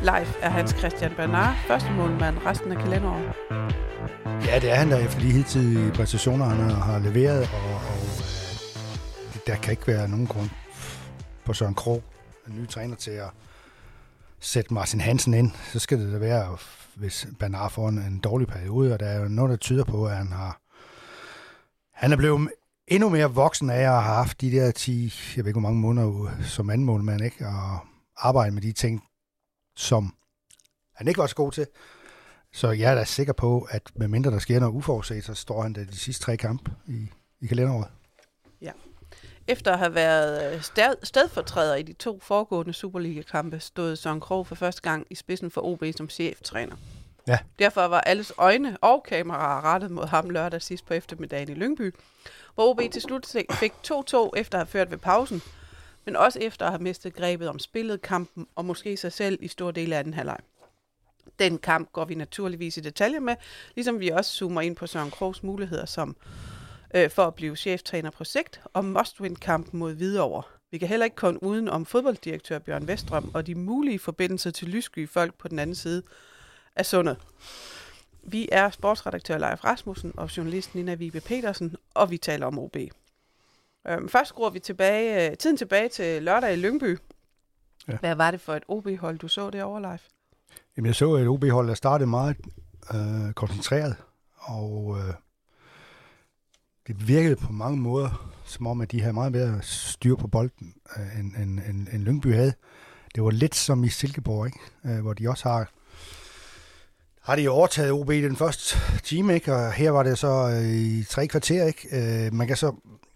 Leif, er Hans Christian Bernard første målmand resten af kalenderåret? Ja, det er han da efter de hidtidige præstationer, han har leveret, og der kan ikke være nogen grund på Søren Krogh, en ny træner, til at sætte Martin Hansen ind. Så skal det da være, hvis Bernard får en dårlig periode, og der er jo noget, der tyder på, at han er blevet endnu mere voksen af at have haft de der 10, jeg ved ikke hvor mange måneder som anden målmand, ikke? Og arbejde med de ting, som han ikke var så god til. Så jeg er da sikker på, at medmindre der sker noget uforudset, så står han da de sidste 3 kampe i kalenderåret. Ja. Efter at have været stedfortræder i de 2 foregående Superliga-kampe, stod Søren Krogh for første gang i spidsen for OB som cheftræner. Ja. Derfor var alles øjne og kameraer rettet mod ham lørdag sidst på eftermiddagen i Lyngby, hvor OB til slut fik 2-2 efter at have ført ved pausen, men også efter at have mistet grebet om spillet, kampen og måske sig selv i store dele af den halvleg. Den kamp går vi naturligvis i detaljer med, ligesom vi også zoomer ind på Søren Kroghs muligheder som for at blive cheftræner på sigt, og must-win-kampen mod Hvidovre. Vi kan heller ikke komme uden om fodbolddirektør Bjørn Westrøm og de mulige forbindelser til lyssky folk på den anden side af sundet. Vi er sportsredaktør Leif Rasmussen og journalist Nina Vibe Petersen, og vi taler om OB. Først skruer vi tiden tilbage til lørdag i Lyngby. Ja. Hvad var det for et OB-hold, du så derovre, Leif? Jamen, jeg så et OB-hold, der startede meget koncentreret, og det virkede på mange måder, som om, at de havde meget bedre styr på bolden, end Lyngby havde. Det var lidt som i Silkeborg, ikke? Hvor de også har de overtaget OB i den første time, ikke? Og her var det så i 3 kvarter, ikke? Man kan så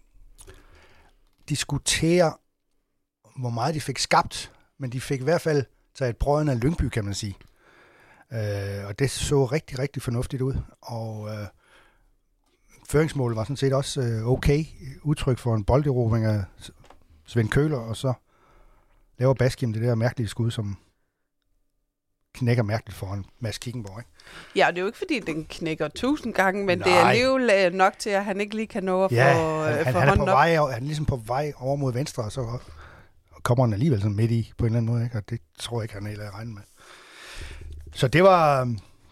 diskutere, hvor meget de fik skabt, men de fik i hvert fald taget brøden af Lyngby, kan man sige. Og det så rigtig, rigtig fornuftigt ud. Og føringsmålet var sådan set også okay. Udtryk for en bolderobring af Svend Køhler, og så laver Baskim det der mærkelige skud, som knækker mærkeligt foran Mads Kickenborg, ikke? Ja, det er jo ikke, fordi den knækker 1000 gange, men nej, det er alligevel nok til, at han ikke lige kan nå at få hånden op. Han er ligesom på vej over mod venstre, og så kommer han alligevel sådan midt i, på en eller anden måde, ikke? Og det tror jeg ikke, han er regnet med. Så det var...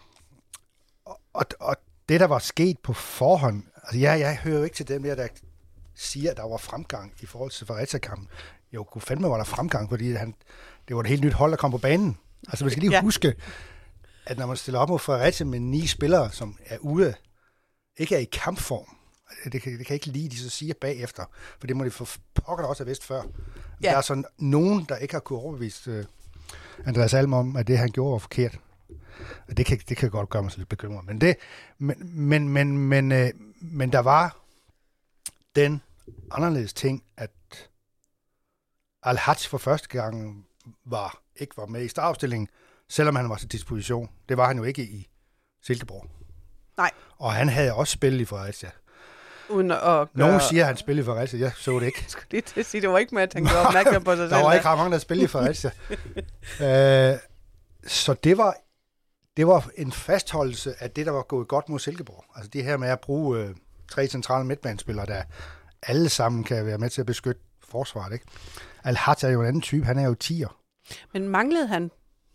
Og det, der var sket på forhånd... Altså, jeg hører jo ikke til dem der siger, at der var fremgang i forhold til Fredericia-kampen. Jo, kunne fandme var der fremgang, fordi det var et helt nyt hold, der kom på banen. Altså, man skal lige huske, at når man stiller op mod Fredericia med 9 spillere, som er ude, ikke er i kampform, det kan jeg ikke lide, de så siger bagefter, for det må de få pokker også have vidst før. Ja. Der er sådan nogen, der ikke har kunnet overbevise Andreas Alm om, at det, han gjorde, var forkert. Og det kan godt gøre mig så lidt bekymret. Men der var den anderledes ting, at Al-Hajj for første gang ikke var med i startopstillingen, selvom han var til disposition. Det var han jo ikke i Silkeborg. Nej. Og han havde også spillet i Fredericia. Nogen siger, at han spillede i Fredericia. Jeg så det ikke. Skulle lige til at sige, det var ikke med, at han gjorde opmærksom på sig selv. Der var ikke ret mange, der spillede i Fredericia. Så det var en fastholdelse af det, der var gået godt mod Silkeborg. Altså det her med at bruge 3 centrale midtbanespillere, der alle sammen kan være med til at beskytte forsvaret, ikke? Al-Hajj er jo en anden type. Han er jo 10'er. Men manglede han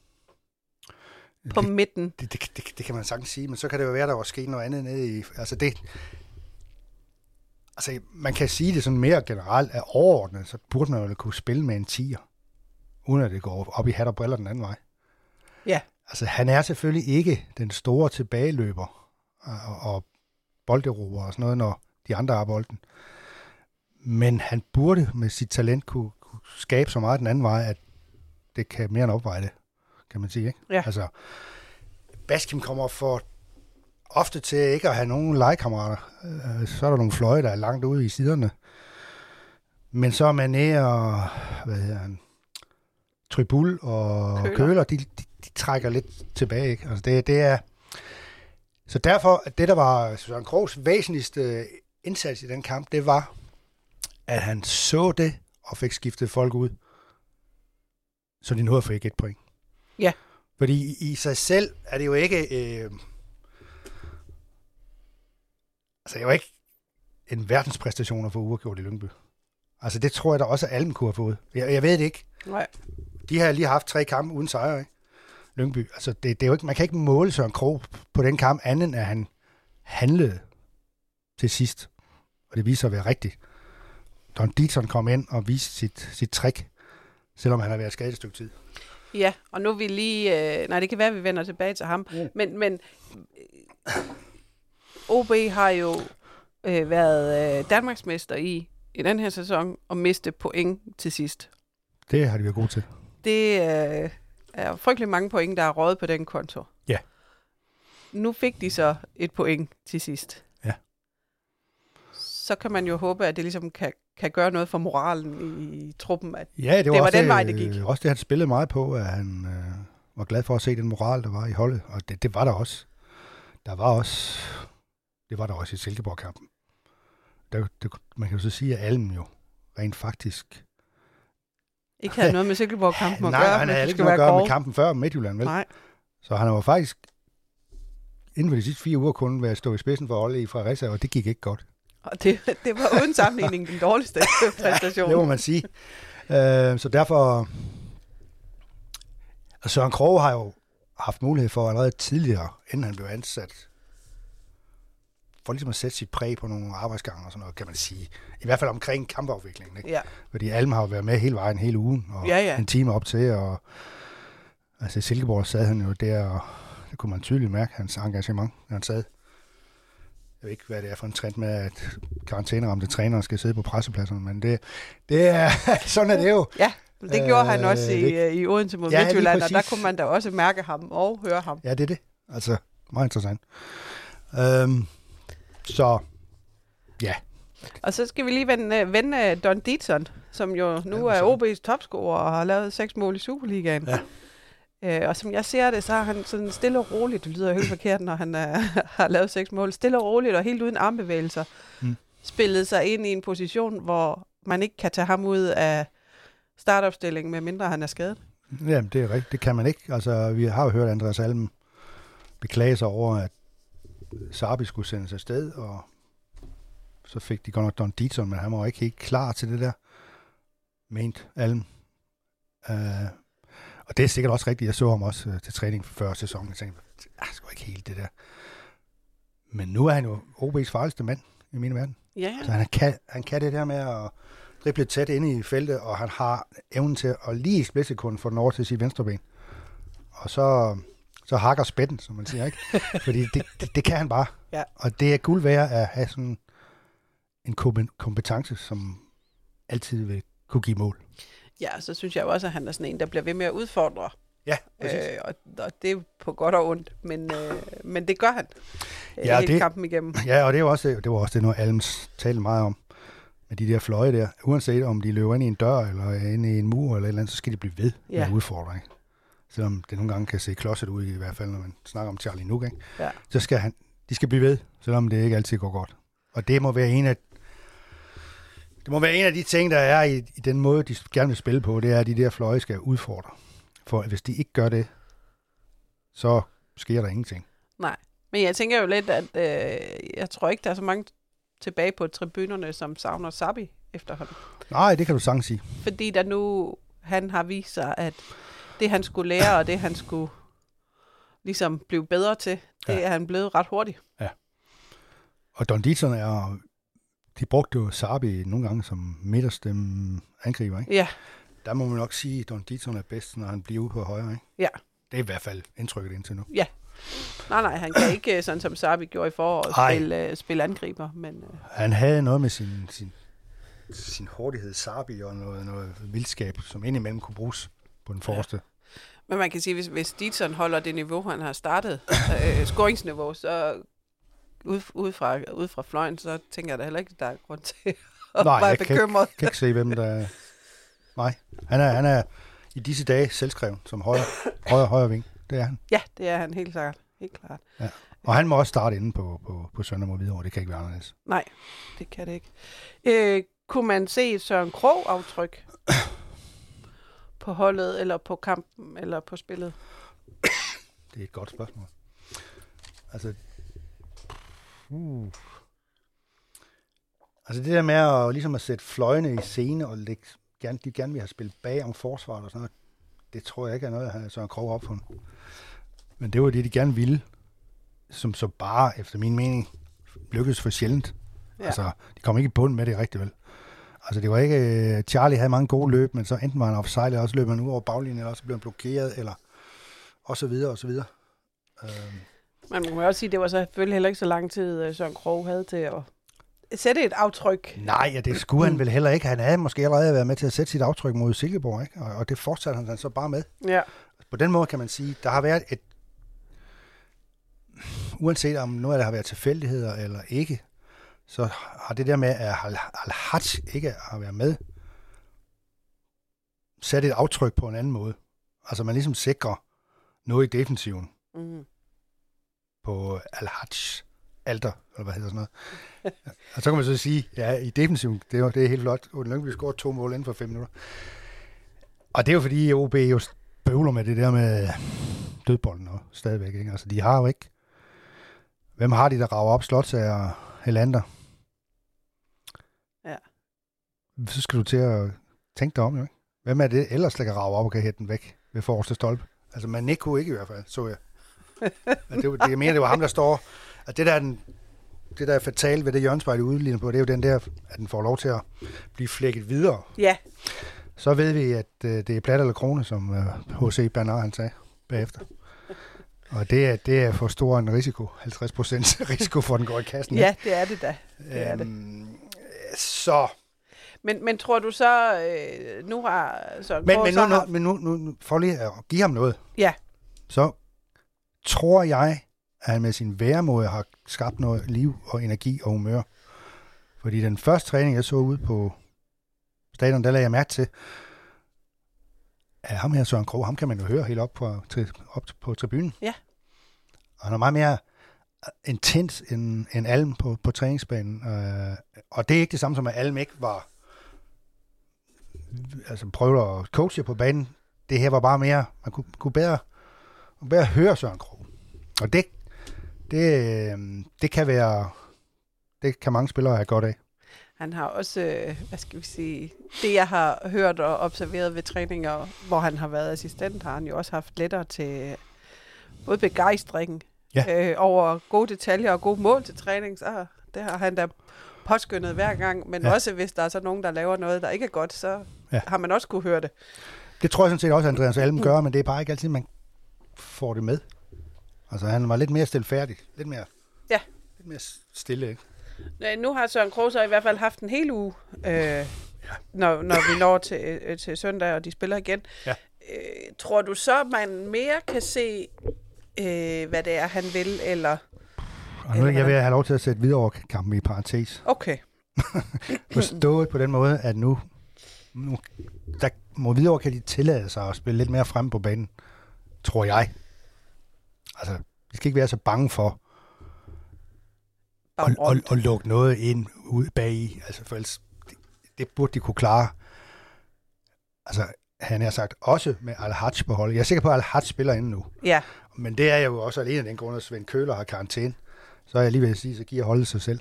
på midten? Det kan man sagtens sige, men så kan det jo være, der var sket noget andet nede i... Altså, man kan sige det sådan mere generelt, at overordnet, så burde man jo kunne spille med en 10'er, uden at det går op i hat og briller den anden vej. Ja. Altså, han er selvfølgelig ikke den store tilbageløber og bolderober og sådan noget, når de andre har bolden. Men han burde med sit talent kunne skabe så meget den anden vej, at det kan mere end opveje det, kan man sige, ikke? Ja. Altså, Baskim kommer for ofte til ikke at have nogen legekammerater. Så er der nogle fløje, der er langt ude i siderne. Men så er Mané og Tribul og Køhler, de trækker lidt tilbage, ikke? Altså det er... Så derfor, det der var Søren Kroghs væsentligste indsats i den kamp, det var, at han så det og fik skiftet folk ud, så de nåede at få ikke 1 point. Ja. Fordi i sig selv er det jo ikke... Altså, det er jo ikke en verdenspræstation at få uafgjort i Lyngby. Altså, det tror jeg da også, at Alm kunne have fået. Jeg ved det ikke. Nej. De har lige haft 3 kampe uden sejr, ikke? Lyngby. Altså, det er jo ikke, man kan ikke måle Søren Krogh på den kamp, anden at han handlede til sidst. Og det viser sig at være rigtigt. Don Dietzson kom ind og viste sit trick, selvom han har været skadet et stykke tid. Ja, og nu er vi lige... det kan være, at vi vender tilbage til ham. Men OB har jo været Danmarksmester i den her sæson og miste point til sidst. Det har de været gode til. Det er frygtelig mange point, der er røget på den konto. Ja. Nu fik de så et point til sidst. Ja. Så kan man jo håbe, at det ligesom kan gøre noget for moralen i truppen. At ja, det var den vej, det gik. Også det, han spillede meget på, at han var glad for at se den moral, der var i holdet. Og det var der også. Det var der også i Silkeborg-kampen. Man kan jo så sige, at Alm jo rent faktisk... Ikke havde noget med Silkeborg-kampen at gøre. Nej, han havde ikke noget at gøre med kampen før Midtjylland, vel? Nej. Så han var faktisk inden for de sidste 4 uger kun været stå i spidsen for Olle i Fredericia, og det gik ikke godt. Og det var uden sammenligning den dårligste præstation. Det må man sige. Så derfor... Og Søren Krogh har jo haft mulighed for allerede tidligere, inden han blev ansat, for ligesom at sætte sit præg på nogle arbejdsgange og sådan noget, kan man sige. I hvert fald omkring kampafviklingen. Ikke? Ja. Fordi Alm har jo været med hele vejen, hele ugen, og en time op til, og altså i Silkeborg sad han jo der, og det kunne man tydeligt mærke, hans engagement, når han sad. Jeg ved ikke, hvad det er for en trend med, at karantæneramte trænere skal sidde på pressepladserne, men det er, sådan er det jo. Ja, det gjorde han også i Odense mod Midtjylland, og der kunne man da også mærke ham og høre ham. Ja, det er det. Altså, meget interessant. Så, ja. Og så skal vi lige vende Don Dietzson, som jo nu er OB's topscorer og har lavet 6 mål i Superligaen. Ja. Og som jeg ser det, så har han sådan stille og roligt, det lyder helt forkert, når han har lavet 6 mål, stille og roligt og helt uden armbevægelser, spillet sig ind i en position, hvor man ikke kan tage ham ud af startopstillingen, medmindre han er skadet. Jamen, det er rigtigt. Det kan man ikke. Altså, vi har jo hørt Andreas Alm beklage sig over, at Sarbi skulle sendes afsted, og så fik de godt nok Don Dietzson, men han var ikke helt klar til det der, ment Alm. Og det er sikkert også rigtigt. Jeg så ham også til træning før sæsonen, og tænkte, sgu ikke helt det der. Men nu er han jo OB's farligste mand i min verden. Ja. Så han kan det der med at drible tæt inde i feltet, og han har evnen til at lige i splitsekund få den over til sit venstre ben. Og så hakker spætten, som man siger, ikke? Fordi det kan han bare. Ja. Og det er guld værd at have sådan en kompetence, som altid vil kunne give mål. Ja, så synes jeg jo også, at han er sådan en, der bliver ved med at udfordre. Ja, og det er på godt og ondt, men det gør han hele kampen igennem. Ja, og det var også det, noget Alms talte meget om, med de der fløje der. Uanset om de løber ind i en dør, eller ind i en mur, eller et eller andet, så skal de blive ved med at udfordre, ikke? Selvom det nogle gange kan se klodset ud, i hvert fald, når man snakker om Charlie Nuk, ikke? Ja. Så skal de skal blive ved, selvom det ikke altid går godt. Og det må være en af de ting, der er i den måde, de gerne vil spille på, det er, at de der fløje skal udfordre. For hvis de ikke gør det, så sker der ingenting. Nej, men jeg tænker jo lidt, at jeg tror ikke, der er så mange tilbage på tribunerne, som savner Sarbi efterhånden. Nej, det kan du sagtens sige. Fordi der nu, han har vist sig, at det han skulle lære, og det han skulle ligesom blive bedre til, det er han blevet ret hurtigt. Ja. Og Don Dietzson de brugte jo Sarbi nogle gange som midterste angriber, ikke? Ja. Der må man nok sige, at Don Dietzson er bedst, når han bliver ude på højre, ikke? Ja. Det er i hvert fald indtrykket indtil nu. Ja. Nej, han kan ikke, sådan som Sarbi gjorde i foråret, spille angriber. Men, Han havde noget med sin hurtighed, Sarbi, og noget vildskab, som indimellem kunne bruges på den forreste. Ja. Men man kan sige, hvis Dietzson holder det niveau, han har startet, scoringsniveau, så ud fra fløjen, så tænker jeg da heller ikke, der er grund til at være bekymret. Jeg kan ikke se, hvem der... Nej, han er i disse dage selvskreven som højre ving. Det er han. Ja, det er han helt klart. Helt klart. Ja. Og han må også starte inde på Sønder mod Hvidovre. Det kan ikke være anderledes. Nej, det kan det ikke. Kunne man se et Søren Krogh-aftryk på holdet, eller på kampen, eller på spillet? Det er et godt spørgsmål. Altså det der med ligesom at sætte fløjene i scene, og de gerne vil have spillet bag om forsvaret og sådan noget, det tror jeg ikke er noget, at Søren Krogh har opfundet. Men det var det, de gerne ville, som så bare, efter min mening, lykkedes for sjældent. Ja. Altså, de kom ikke i bund med det rigtig vel. Altså, det var ikke... Charlie havde mange gode løb, men så enten var han offside, eller også løb han ud over baglinjen, eller også blev han blokeret, eller og så videre, og så videre. Man må også sige, det var selvfølgelig heller ikke så lang tid, Søren Krogh havde til at sætte et aftryk. Nej, ja, det skulle han vel heller ikke. Han havde måske allerede været med til at sætte sit aftryk mod Silkeborg, ikke? Og det fortsatte han så bare med. Ja. På den måde kan man sige, der har været et... Uanset om noget af det har været tilfældigheder eller ikke, så har det der med, at Al-Hajj ikke har været med, sat et aftryk på en anden måde. Altså man ligesom sikrer noget i defensiven på Al-Hajj alter, eller hvad hedder sådan noget. Og så kan man så sige, ja, i defensiven, det er helt flot. Odin Lyngby scorer 2 mål inden for 5 minutter. Og det er jo fordi, OB jo bøvler med det der med dødbolden og stadigvæk, ikke? Altså de har jo ikke... Hvem har de, der rager op? Slotsager og Helander? Ja. Så skal du til at tænke dig om, jo, ikke? Hvem er det ellers, der kan rage op og kan hætte den væk ved forreste stolpe? Altså, man ikke kunne ikke i hvert fald, så jeg. Jeg mener, det var ham, der står... At det der er fatalt ved det hjørnespejl, udligner på, det er jo den der, at den får lov til at blive flækket videre. Ja. Så ved vi, at det er plat eller krone, som H.C. Bernard han sagde bagefter. Og det er for stor en risiko. 50% risiko for, at den går i kassen. Ja, det er det da. Det er det. Så... Men tror du så, nu har Søren Krogh... Men nu for lige at give ham noget. Ja. Så tror jeg, at han med sin væremåde har skabt noget liv og energi og humør. Fordi den første træning, jeg så ude på stadion, der lagde jeg mærke til, at ham her Søren Krogh, ham kan man jo høre helt op på tribunen. Ja. Og han er meget mere intens end Alm på træningsbanen. Og det er ikke det samme som, at Alm ikke var... Altså prøvede at coache på banen. Det her var bare mere... Man kunne bedre høre Søren Krogh. Og det kan være... Det kan mange spillere have godt af. Han har også, hvad skal vi sige, det jeg har hørt og observeret ved træninger, hvor han har været assistent, har han jo også haft lettere til både begejstring over gode detaljer og gode mål til træning. Så det har han da påskyndet hver gang, men også hvis der er så nogen, der laver noget, der ikke er godt, så har man også kunne høre det. Det tror jeg sådan set også, at Andreas Alm gør, men det er bare ikke altid, man får det med. Altså han var lidt mere stilfærdig, lidt mere stille, ikke? Nu har Søren Krogh så i hvert fald haft en hel uge, når vi når til søndag, og de spiller igen. Ja. Tror du så, man mere kan se, hvad det er, han vil, eller... Jeg vil have lov til at sætte Hvidovre-kampen i parentes. Okay. Forstået på den måde, at nu der må Hvidovre kan de tillade sig at spille lidt mere frem på banen, tror jeg. Altså, de skal ikke være så bange for og lukke noget ind ud bagi. Altså, for ellers, det burde de kunne klare. Altså, han har sagt også med Al-Hajj på holdet. Jeg er sikker på, at Al-Hajj spiller inde nu. Ja. Men det er jo også alene af den grund, at Svend Køhler har karantæne. Så er jeg lige ved at sige, så giver holdet sig selv.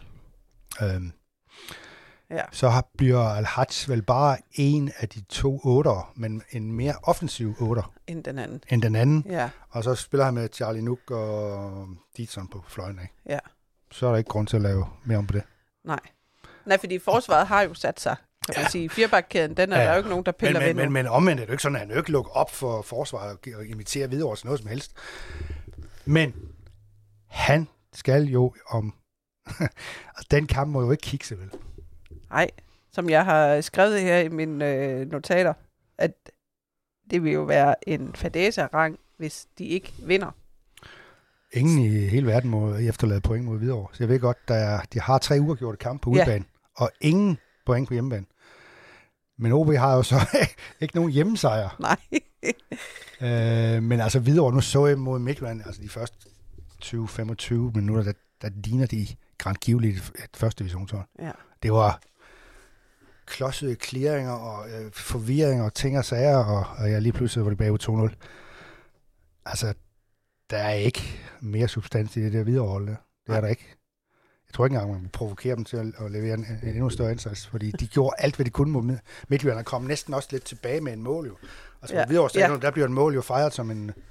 Så bliver Al-Hajj vel bare en af de 2 8'ere, men en mere offensiv 8'er. End den anden. Ja. Og så spiller han med Charlie Nuk og Dietzson på fløjen, ikke? Ja. Så er der ikke grund til at lave mere om på det. Nej, fordi forsvaret har jo sat sig, kan man sige. Firebakkæden, den er der jo ikke nogen, der piller ved. Men omvendt er det jo ikke sådan, at han ikke lukker op for forsvaret og imiterer videre til noget som helst. Men han skal jo om... den kamp må jo ikke kigge vel. Nej, som jeg har skrevet her i mine notater, at det vil jo være en fadæse af rang, hvis de ikke vinder. Ingen i hele verden må efterlade point mod Hvidovre. Så jeg ved godt, de har 3 uafgjorte kampe på udebane, og ingen point på hjemmebane. Men OB har jo så ikke nogen hjemmesejr. Nej. Men altså Hvidovre, nu så jeg mod Midtjylland, altså de første 20-25 minutter, der ligner de grandgiveligt et første divisionshold. Ja. Det var klodsede clearinger og forvirringer og ting og sager, og jeg lige pludselig var det bagud 2-0. Altså, der er ikke mere substans i det der Hvidovre hold der. Det er der ikke. Jeg tror ikke engang, man vil provokere dem til at levere en endnu større indsats, fordi de gjorde alt, hvad de kunne mod Midtjylland, og kom næsten også lidt tilbage med en mål, jo. Altså, Hvidovre Stadion, der bliver en mål jo fejret som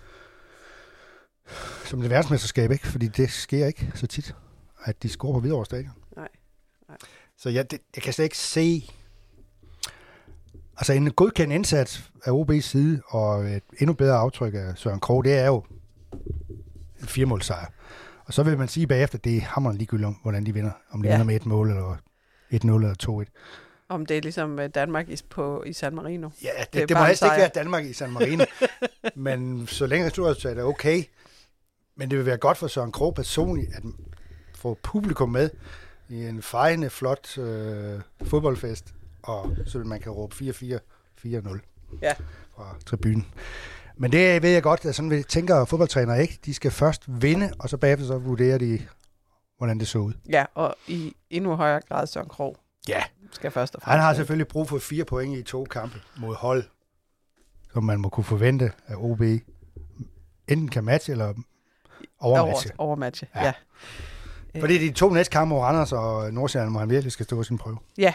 et verdensmesterskab, ikke? Fordi det sker ikke så tit, at de scorer på Hvidovre Stadion. Nej. Så jeg kan slet ikke se... Altså, en godkendt indsats af OB's side, og et endnu bedre aftryk af Søren Krogh, det er jo en 4-målsejr. Og så vil man sige bagefter, at det er hammerende ligegyldigt om, hvordan de vinder. Om de vinder med 1 mål, eller 1-0, eller 2-1. Om det er ligesom Danmark i San Marino. Ja, det må helst ikke være Danmark i San Marino. Men så længe resultatet er okay. Men det vil være godt for Søren Krogh personligt, at få publikum med i en fejende, flot fodboldfest. Og så man kan råbe 4-4, 4-0 fra tribunen. Men det ved jeg godt, at sådan tænker fodboldtrænere ikke. De skal først vinde, og så bagefter så vurderer de, hvordan det så ud. Ja, og i endnu højere grad Søren Krogh. Ja. Skal først og fremmest. Han har selvfølgelig brug for 4 point i 2 kampe mod hold, som man må kunne forvente af OB. Enten kan matche eller overmatche. Overmatche, ja. Fordi de 2 næste kampe mod Randers og Nordsjælland, må han virkelig skal stå sin prøve. Ja.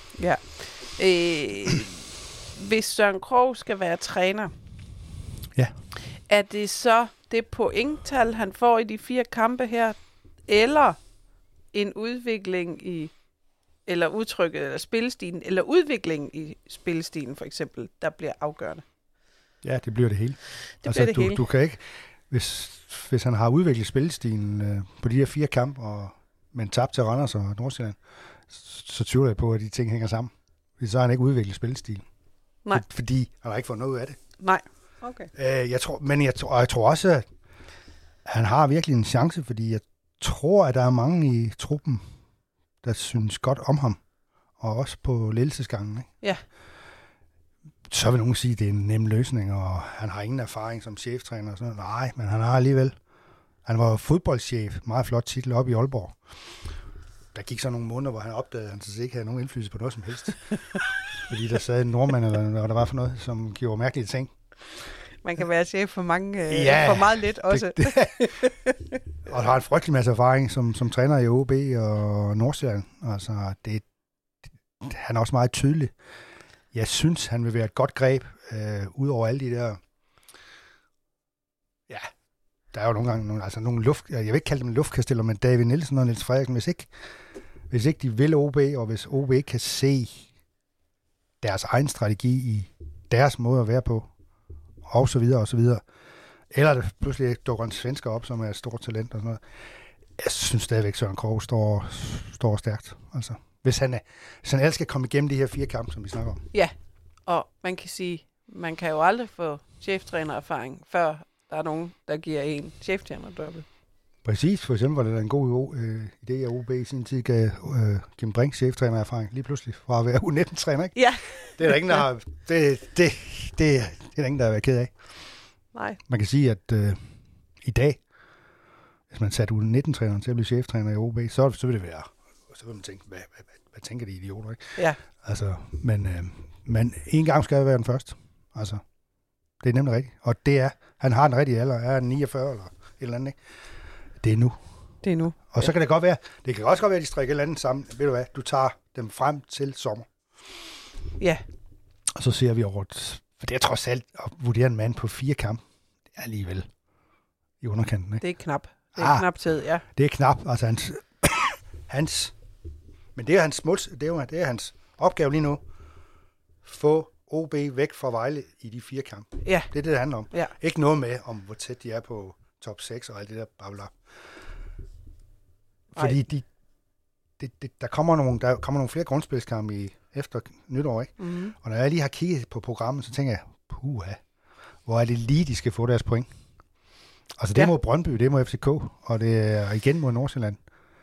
Hvis Søren Krogh skal være træner, er det så det pointtal, han får i de 4 kampe her, eller en udvikling i, eller udtrykket, eller spillestilen, eller udviklingen i spillestilen for eksempel, der bliver afgørende? Ja, det bliver det hele. Du kan ikke, hvis han har udviklet spillestilen på de her 4 kampe, men tabt til Randers og Nordsjælland, så tvivler jeg på, at de ting hænger sammen. Fordi så har han ikke udviklet spillestilen. Nej. Fordi han har ikke fået noget ud af det. Nej. Okay. Jeg tror også, at han har virkelig en chance, fordi jeg tror, at der er mange i truppen, der synes godt om ham. Og også på ledelsesgangen. Ikke? Ja. Så vil nogen sige, at det er en nem løsning, og han har ingen erfaring som cheftræner og sådan noget. Nej, men han har alligevel. Han var fodboldchef, meget flot titel op i Aalborg. Der gik så nogle måneder, hvor han opdagede, at han så ikke havde nogen indflydelse på noget som helst. Fordi der sad en nordmand, eller hvad der var for noget, som gjorde mærkelige ting. Man kan være chef for for meget lidt også. Og har en frygtelig masse erfaring som træner i OB og Nordsjælland. Altså, han er også meget tydelig. Jeg synes, han vil være et godt greb, ud over alle de der... Ja, der er jo nogle gange nogle luft... Jeg vil ikke kalde dem luftkasteller, men David Nielsen og Niels Frederiksen, hvis ikke de vil OB, og hvis OB ikke kan se deres egen strategi i deres måde at være på, og så videre, og så videre. Eller det pludselig dukker en svensker op, som er et stort talent og sådan noget. Jeg synes stadigvæk, Søren Krogh står stærkt. Altså, hvis han ellers skal komme igennem de her 4 kampe, som vi snakker om. Ja, og man kan sige, man kan jo aldrig få cheftrænererfaring, før der er nogen, der giver en cheftrænerdobbelt. Præcis, for eksempel var det en god idé, at OB i sin tid gav Kim Brink cheftrænererfaring lige pludselig fra at være U19-træner, ikke? Ja. Det er der ingen, der har, det er der ingen, der har været ked af. Nej. Man kan sige, at i dag, hvis man satte U19-træneren til at blive cheftræner i OB, så vil det være, så vil man tænke, hvad tænker de idioter, ikke? Ja. Altså, men en gang skal jeg være den første. Altså, det er nemlig rigtigt. Og det er, han har den rigtige alder, er 49 eller et eller andet, ikke? Det er nu. Det er nu. Og så kan det godt være, det kan også godt være, at de strikker et eller andet sammen. Ved du hvad, du tager dem frem til sommer. Ja. Og så ser vi over, for det er trods alt at vurdere en mand på 4 kampe. Det er alligevel i underkanten, ikke? Det er knap. Det er knap tid, ja. Det er knap, altså hans men det er hans det er hans opgave lige nu. Få OB væk fra Vejle i de 4 kampe. Ja. Det er det handler om. Ja. Ikke noget med, om hvor tæt de er på top 6 og alt det der babla. Fordi der kommer nogle flere grundspilskampe efter nytår, ikke? Mm-hmm. Og når jeg lige har kigget på programmet, så tænker jeg, puha, hvor er det lige, de skal få deres point? Altså det er mod Brøndby, det er mod FCK, og det er igen mod Nordsjælland.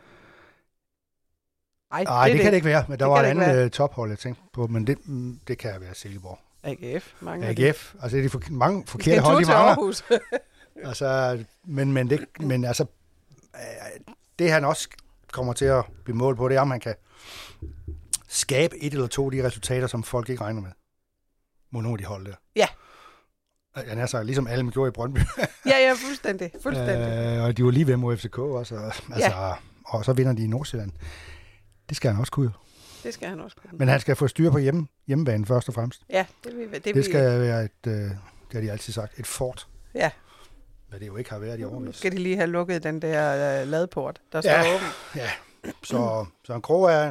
Nej, det kan det ikke være, men der var et andet tophold, jeg tænkte på, men det kan være Silkeborg. AGF, mange AGF, altså det er mange forkerte hold, de mangler. Altså, men altså, det han også kommer til at blive målt på, det er, om man kan skabe 1 eller 2 af de resultater, som folk ikke regner med. Mod nogle af de hold der. Ja. Jeg nær sagt, ligesom alle gjorde i Brøndby. ja, fuldstændig. Og de var lige ved mod FCK også. Altså, og så vinder de i Nordsjælland. Det skal han også kunne. Det skal han også kunne. Men han skal få styr på hjemmebanen først og fremmest. Ja, det skal være det har de altid sagt, et fort. Ja. Hvad det jo ikke har været i årevis. Nu skal de lige have lukket den der ladeport, der står åben. Ja, så en Krog det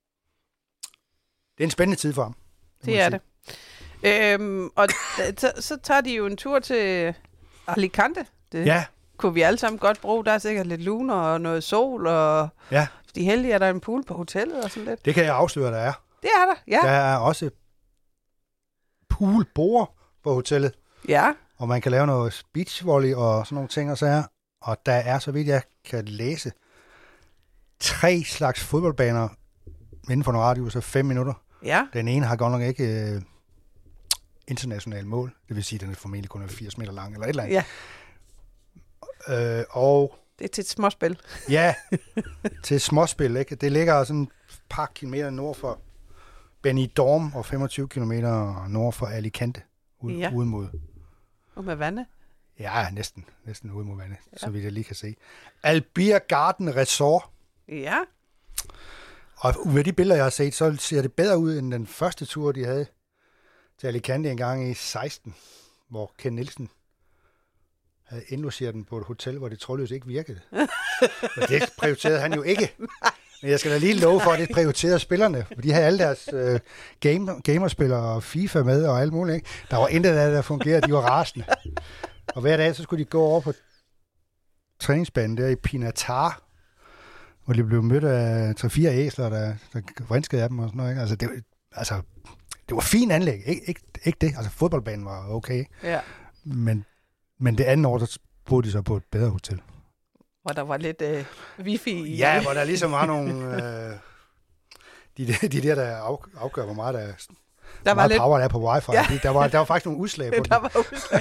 er en spændende tid for ham. Det er det. Og så tager de jo en tur til Alicante. Det kunne vi alle sammen godt bruge. Der er sikkert lidt luner og noget sol, og hvis de er heldige, er der en pool på hotellet og sådan lidt. Det kan jeg afsløre, der er. Det er der, ja. Der er også poolbord på hotellet. Ja. Og man kan lave noget beachvolley og sådan nogle ting og sager. Og der er, så vidt jeg kan læse, 3 slags fodboldbaner inden for en radius af 5 minutter. Ja. Den ene har godt nok ikke international mål. Det vil sige, at den er formentlig kun 80 meter lang eller et eller andet. Ja. Og det er til et småspil. Ja, til et småspil. Ikke? Det ligger sådan et par kilometer nord for Benidorm og 25 kilometer nord for Alicante. Ude mod. Og med vandet? Ja, næsten ude mod vandet, så vidt jeg lige kan se. Albir Garden Resort. Ja. Og med de billeder, jeg har set, så ser det bedre ud end den første tur, de havde til Alicante en gang i 16, hvor Ken Nielsen havde indlogeret den på et hotel, hvor det trådløst ikke virkede. Men det prioriterede han jo ikke. Men jeg skal da lige love for, at det prioriterede spillerne. For de havde alle deres gamerspillere og FIFA med og alt muligt. Ikke? Der var intet af det, der fungerede. De var rasende. Og hver dag, så skulle de gå over på træningsbanen der i Pinatar, hvor de blev mødt af 3-4 æsler, der vrinskede af dem og sådan noget. Ikke? Det var fint anlæg. Ikke det. Altså, fodboldbanen var okay. Ja. Men det andet år, så boede de så på et bedre hotel. Hvor der var lidt wifi i. Ja, hvor der ligesom var nogle de der afgør, hvor meget der var lidt power der er på wifi. Ja. Der var faktisk nogle udslag på der var udslag.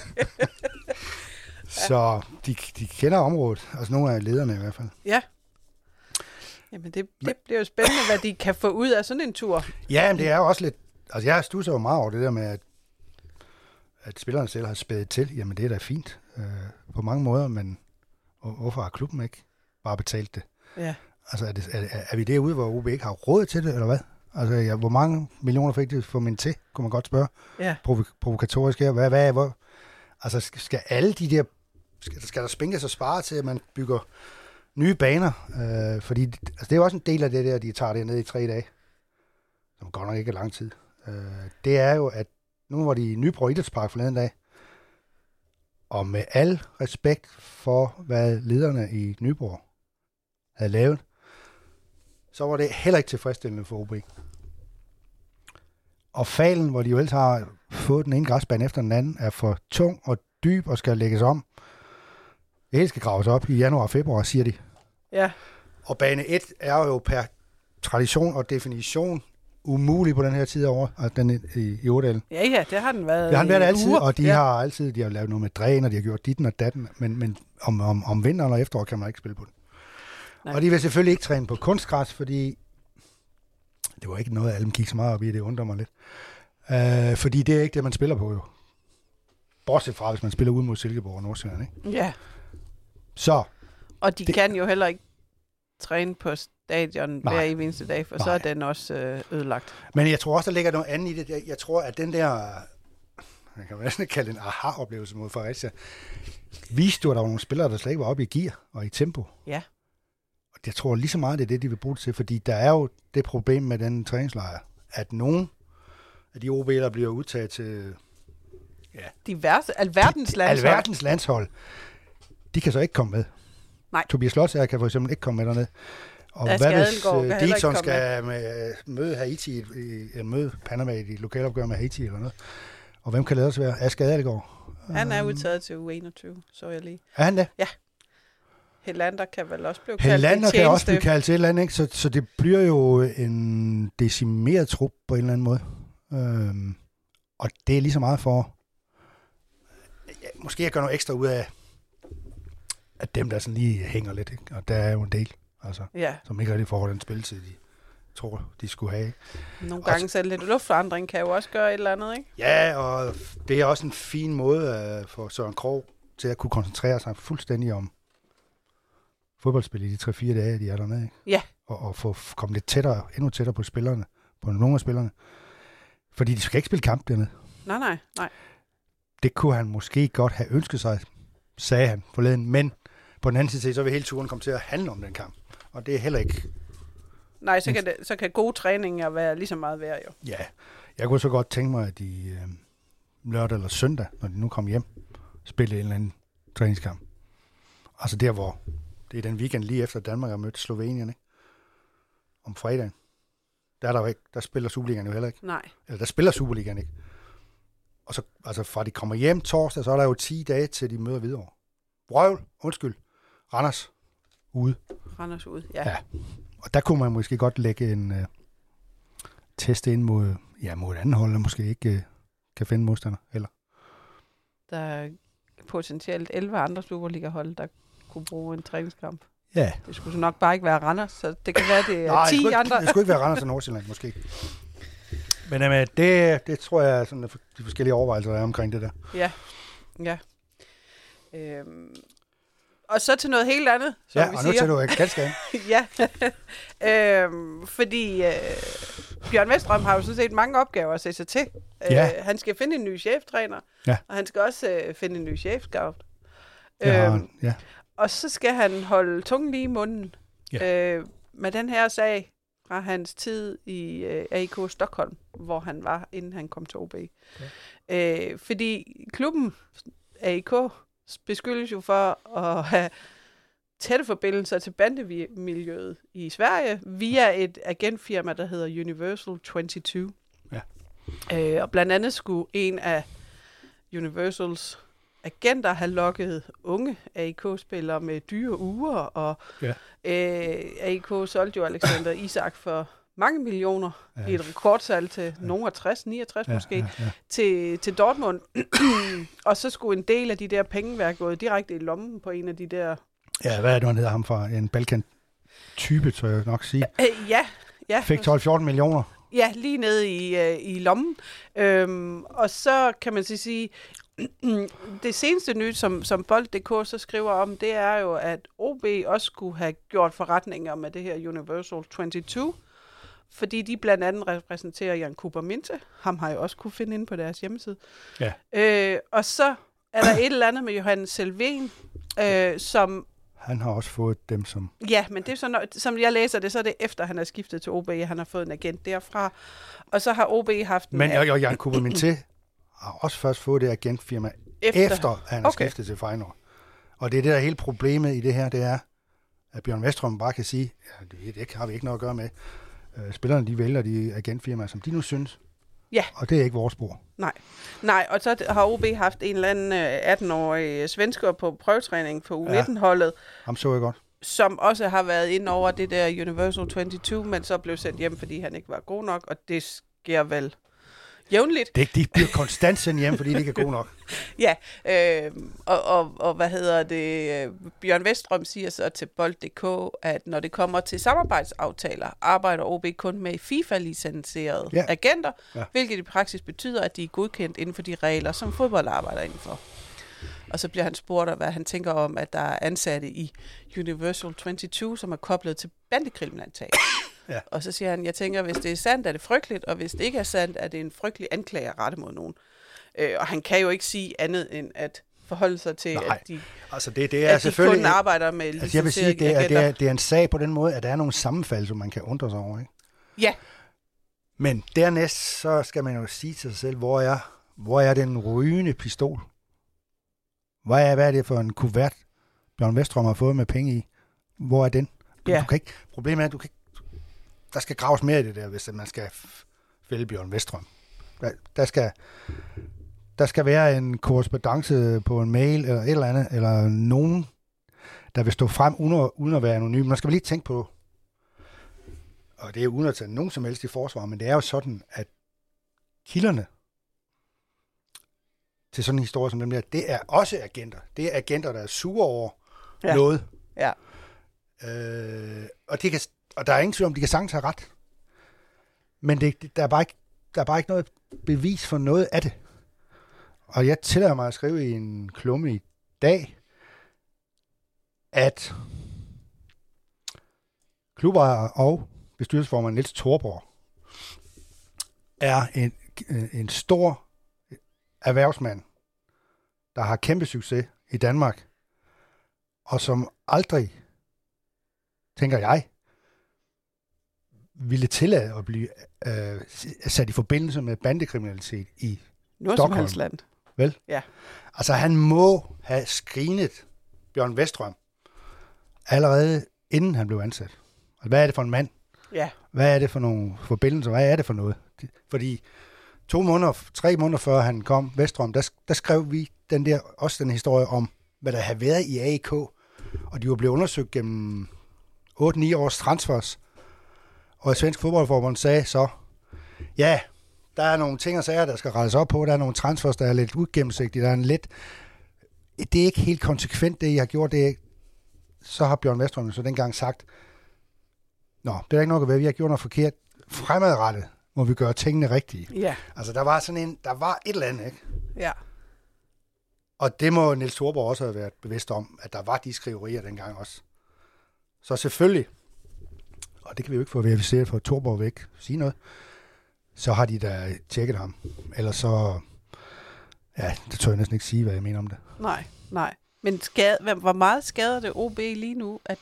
Så de kender området. Altså nogle af lederne i hvert fald. Ja. Jamen det bliver jo spændende, hvad de kan få ud af sådan en tur. Ja, men det er jo også lidt. Altså jeg studser jo meget over det der med, at spillerne selv har spædet til. Jamen det er da fint på mange måder, men hvorfor har klubben ikke bare betalt det? Ja. Altså er vi derude, hvor OB ikke har råd til det, eller hvad? Altså hvor mange millioner fik det for min til, kunne man godt spørge. Ja. Provokatorisk her. Hvor? Altså skal alle de der, skal der spænkes og spare til, at man bygger nye baner? Fordi altså, det er jo også en del af det der, de tager det ned i 3 dage, som godt nok ikke er lang tid. Det er jo, at nu var de i Nyborg Idrætspark forleden dag, og med al respekt for, hvad lederne i Nyborg havde lavet, så var det heller ikke tilfredsstillende for OB. Og Falen, hvor de jo ellers har fået den ene græsbane efter den anden, er for tung og dyb og skal lægges om. Det hele skal graves op i januar og februar, siger de. Ja. Og bane 1 er jo per tradition og definition umulig på den her tid af året, altså den i Årdalen. Ja, det har den været. Det har den været altid, og de har lavet noget med dræn, og de har gjort ditten og datten, men om vinteren og efterår kan man ikke spille på den. Nej. Og de vil selvfølgelig ikke træne på kunstgræs, fordi det var ikke noget, alle gik så meget op i, det undrer mig lidt. Fordi det er ikke det, man spiller på jo. Bortset fra, hvis man spiller ud mod Silkeborg og Nordsjælland, ikke? Ja. Så. Og de kan jo heller ikke træne på stadion hver eneste dag, for så er den også ødelagt. Men jeg tror også, der ligger noget andet i det. Jeg tror, at den der, man kan næsten kalde en aha-oplevelse mod Fredericia, viste jo, at der var nogle spillere, der slet ikke var oppe i gear og i tempo. Ja. Og jeg tror lige så meget, det er det, de vil bruge det til, fordi der er jo det problem med den træningslejr, at nogen af de OB'er bliver udtaget til alverdens landshold, de kan så ikke komme med. Nej. Tobias Lodsager kan for eksempel ikke komme med derned. Og hvad hvis Dixon skal møde Haiti, møde Panama i et lokalopgør med Haiti eller noget? Og hvem kan det også være? Asger Adelgaard. Han er udtaget til U21, så jeg lige. Er han det? Ja. Helander kan vel også blive kaldt Helander kan også blive kaldt til et eller andet, ikke? Så det bliver jo en decimeret trup på en eller anden måde. Og det er lige så meget for måske jeg gør noget ekstra ud af at dem, der sådan lige hænger lidt, ikke? Og der er jo en del, altså, som ikke rigtig får den spilletid, de tror, de skulle have. Nogle gange så lidt luftforandring kan jo også gøre et eller andet, ikke? Ja, og det er også en fin måde for Søren Krog til at kunne koncentrere sig fuldstændig om fodboldspil i de 3-4 dage, de er dernede, ikke? Ja. Og få komme lidt tættere, endnu tættere på spillerne, på nogle af spillerne. Fordi de skal ikke spille kamp dernede. Nej. Det kunne han måske godt have ønsket sig, sagde han forleden. Men på den anden side, så vil hele turen komme til at handle om den kamp. Og det er heller ikke... Nej, så kan gode træninger være lige så meget værd, jo. Ja, jeg kunne så godt tænke mig, at de lørdag eller søndag, når de nu kommer hjem, spille en eller anden træningskamp. Altså der, hvor det er den weekend lige efter Danmark har mødt Slovenien, ikke? Om fredagen. Der er der jo ikke. Der spiller Superligaen jo heller ikke. Nej. Eller der spiller Superligaen ikke. Og så, altså fra de kommer hjem torsdag, så er der jo 10 dage til de møder videre. Randers ude. Randers ude, ja. Og der kunne man måske godt lægge en test ind mod et andet hold, der måske ikke kan finde modstander heller. Der er potentielt 11 andre Superliga-hold, der kunne bruge en træningskamp. Ja. Det skulle så nok bare ikke være Randers, så det kan være, det er 10 andre. Det skulle ikke være Randers og Nordsjælland, måske. Men det tror jeg er sådan, de forskellige overvejelser, der er omkring det der. Ja. Og så til noget helt andet, som vi siger. Ja, og nu til du ganske andet. Ja, fordi Bjørn Westrøm har jo sådan set mange opgaver at se sig til. Han skal finde en ny cheftræner, og han skal også finde en ny chefscout. Og så skal han holde tungen lige i munden med den her sag fra hans tid i AIK Stockholm, hvor han var, inden han kom til OB. Fordi klubben AIK beskyldes jo for at have tætte forbindelser til bandemiljøet i Sverige via et agentfirma, der hedder Universal 22. Ja. Og blandt andet skulle en af Universals agenter have lokket unge AIK-spillere med dyre uger, og AIK solgte jo Alexander Isak for mange millioner i et rekordsalg til nogen af 69 måske, til Dortmund. Og så skulle en del af de der penge være gået direkte i lommen på en af de der... Ja, hvad er det, han hedder ham fra? En Balkan-type, tror jeg nok sige. Ja. Fik 12-14 millioner. Ja, lige nede i lommen. Og så kan man sige, det seneste nyt, som Bold.dk så skriver om, det er jo, at OB også skulle have gjort forretninger med det her Universal 22, fordi de blandt andet repræsenterer Jan Cooper Minte. Ham har jeg også kunne finde inde på deres hjemmeside. Ja. Og så er der et eller andet med Johannes Selven, som... Han har også fået dem som... Ja, men det er sådan, som jeg læser det, så er det efter, han er skiftet til OB, han har fået en agent derfra. Og så har OB haft... Men Jan Cooper Minte har også først fået det agentfirma, efter han er skiftet til Feyenoord. Og det er det, der er hele problemet i det her, det er, at Bjørn Westrøm bare kan sige, det har vi ikke noget at gøre med. Spillerne, de vælger de agentfirmaer, som de nu synes. Ja. Og det er ikke vores spor. Nej, og så har OB haft en eller anden 18-årig svensker på prøvetræning på U19-holdet. Ham så jeg godt. Som også har været inde over det der Universal 22, men så blev sendt hjem, fordi han ikke var god nok, og det sker vel jævnligt. De bliver konstant sendt hjem, fordi de ikke er gode nok. Ja, og hvad hedder det? Bjørn Westrøm siger så til Bold.dk, at når det kommer til samarbejdsaftaler, arbejder OB kun med FIFA-licenserede agenter, hvilket i praksis betyder, at de er godkendt inden for de regler, som fodbold arbejder indenfor. Og så bliver han spurgt af, hvad han tænker om, at der er ansatte i Universal 22, som er koblet til bandekriminalitet. Ja. Og så siger han, jeg tænker, hvis det er sandt, er det frygteligt, og hvis det ikke er sandt, er det en frygtelig anklage at rette mod nogen. Og han kan jo ikke sige andet end at forholde sig til, at de, altså det er at de kun arbejder med licenserede agenter. Jeg vil sige, det er en sag på den måde, at der er nogle sammenfald, som man kan undre sig over. Ikke? Ja. Men dernæst, så skal man jo sige til sig selv, hvor er den rygende pistol? Hvad er det for en kuvert, Bjørn Westrøm har fået med penge i? Hvor er den? Du kan ikke, problemet er, at der skal graves mere i det der, hvis man skal fælde Bjørn Westrøm. Der skal være en korrespondance på en mail eller et eller andet, eller nogen, der vil stå frem uden at være anonym. Man skal lige tænke på, og det er uden at tage nogen som helst i forsvar, men det er jo sådan, at kilderne til sådan en historie som dem der, det er også agenter. Det er agenter, der er sure over noget. Ja. Og der er ingen tvivl om, de kan sagtens have ret. Men der er bare ikke noget bevis for noget af det. Og jeg tillader mig at skrive i en klumme i dag, at klubejer og bestyrelsesformand Niels Thorborg er en stor erhvervsmand, der har kæmpe succes i Danmark, og som aldrig, tænker jeg, ville tillade at blive sat i forbindelse med bandekriminalitet i Stockholm. Land. Vel? Ja. Altså, han må have skrinet Bjørn Westrøm allerede inden han blev ansat. Altså, hvad er det for en mand? Ja. Hvad er det for nogle forbindelser? Hvad er det for noget? Fordi 3 måneder før han kom, Westrøm, der skrev vi også den historie om, hvad der havde været i AIK, og de var blevet undersøgt gennem 8-9 års transfers. Og Svensk Fodboldforbund sagde så, ja, der er nogle ting og sager, der skal rettes op på, der er nogle transfers, der er lidt ugennemsigtige, der er det er ikke helt konsekvent, det I har gjort, det er, så har Bjørn Westrøm så dengang sagt, det er ikke nok at være, vi har gjort noget forkert, fremadrettet må vi gøre tingene rigtige. Ja. Altså, der var et eller andet, ikke? Ja. Og det må Niels Thorborg også have været bevidst om, at der var de skriverier dengang også. Så selvfølgelig, og det kan vi jo ikke få verificeret for Thorborg væk sige noget, så har de da tjekket ham. Ellers så, det tør jeg næsten ikke sige, hvad jeg mener om det. Nej. Men hvor meget skader det OB lige nu, at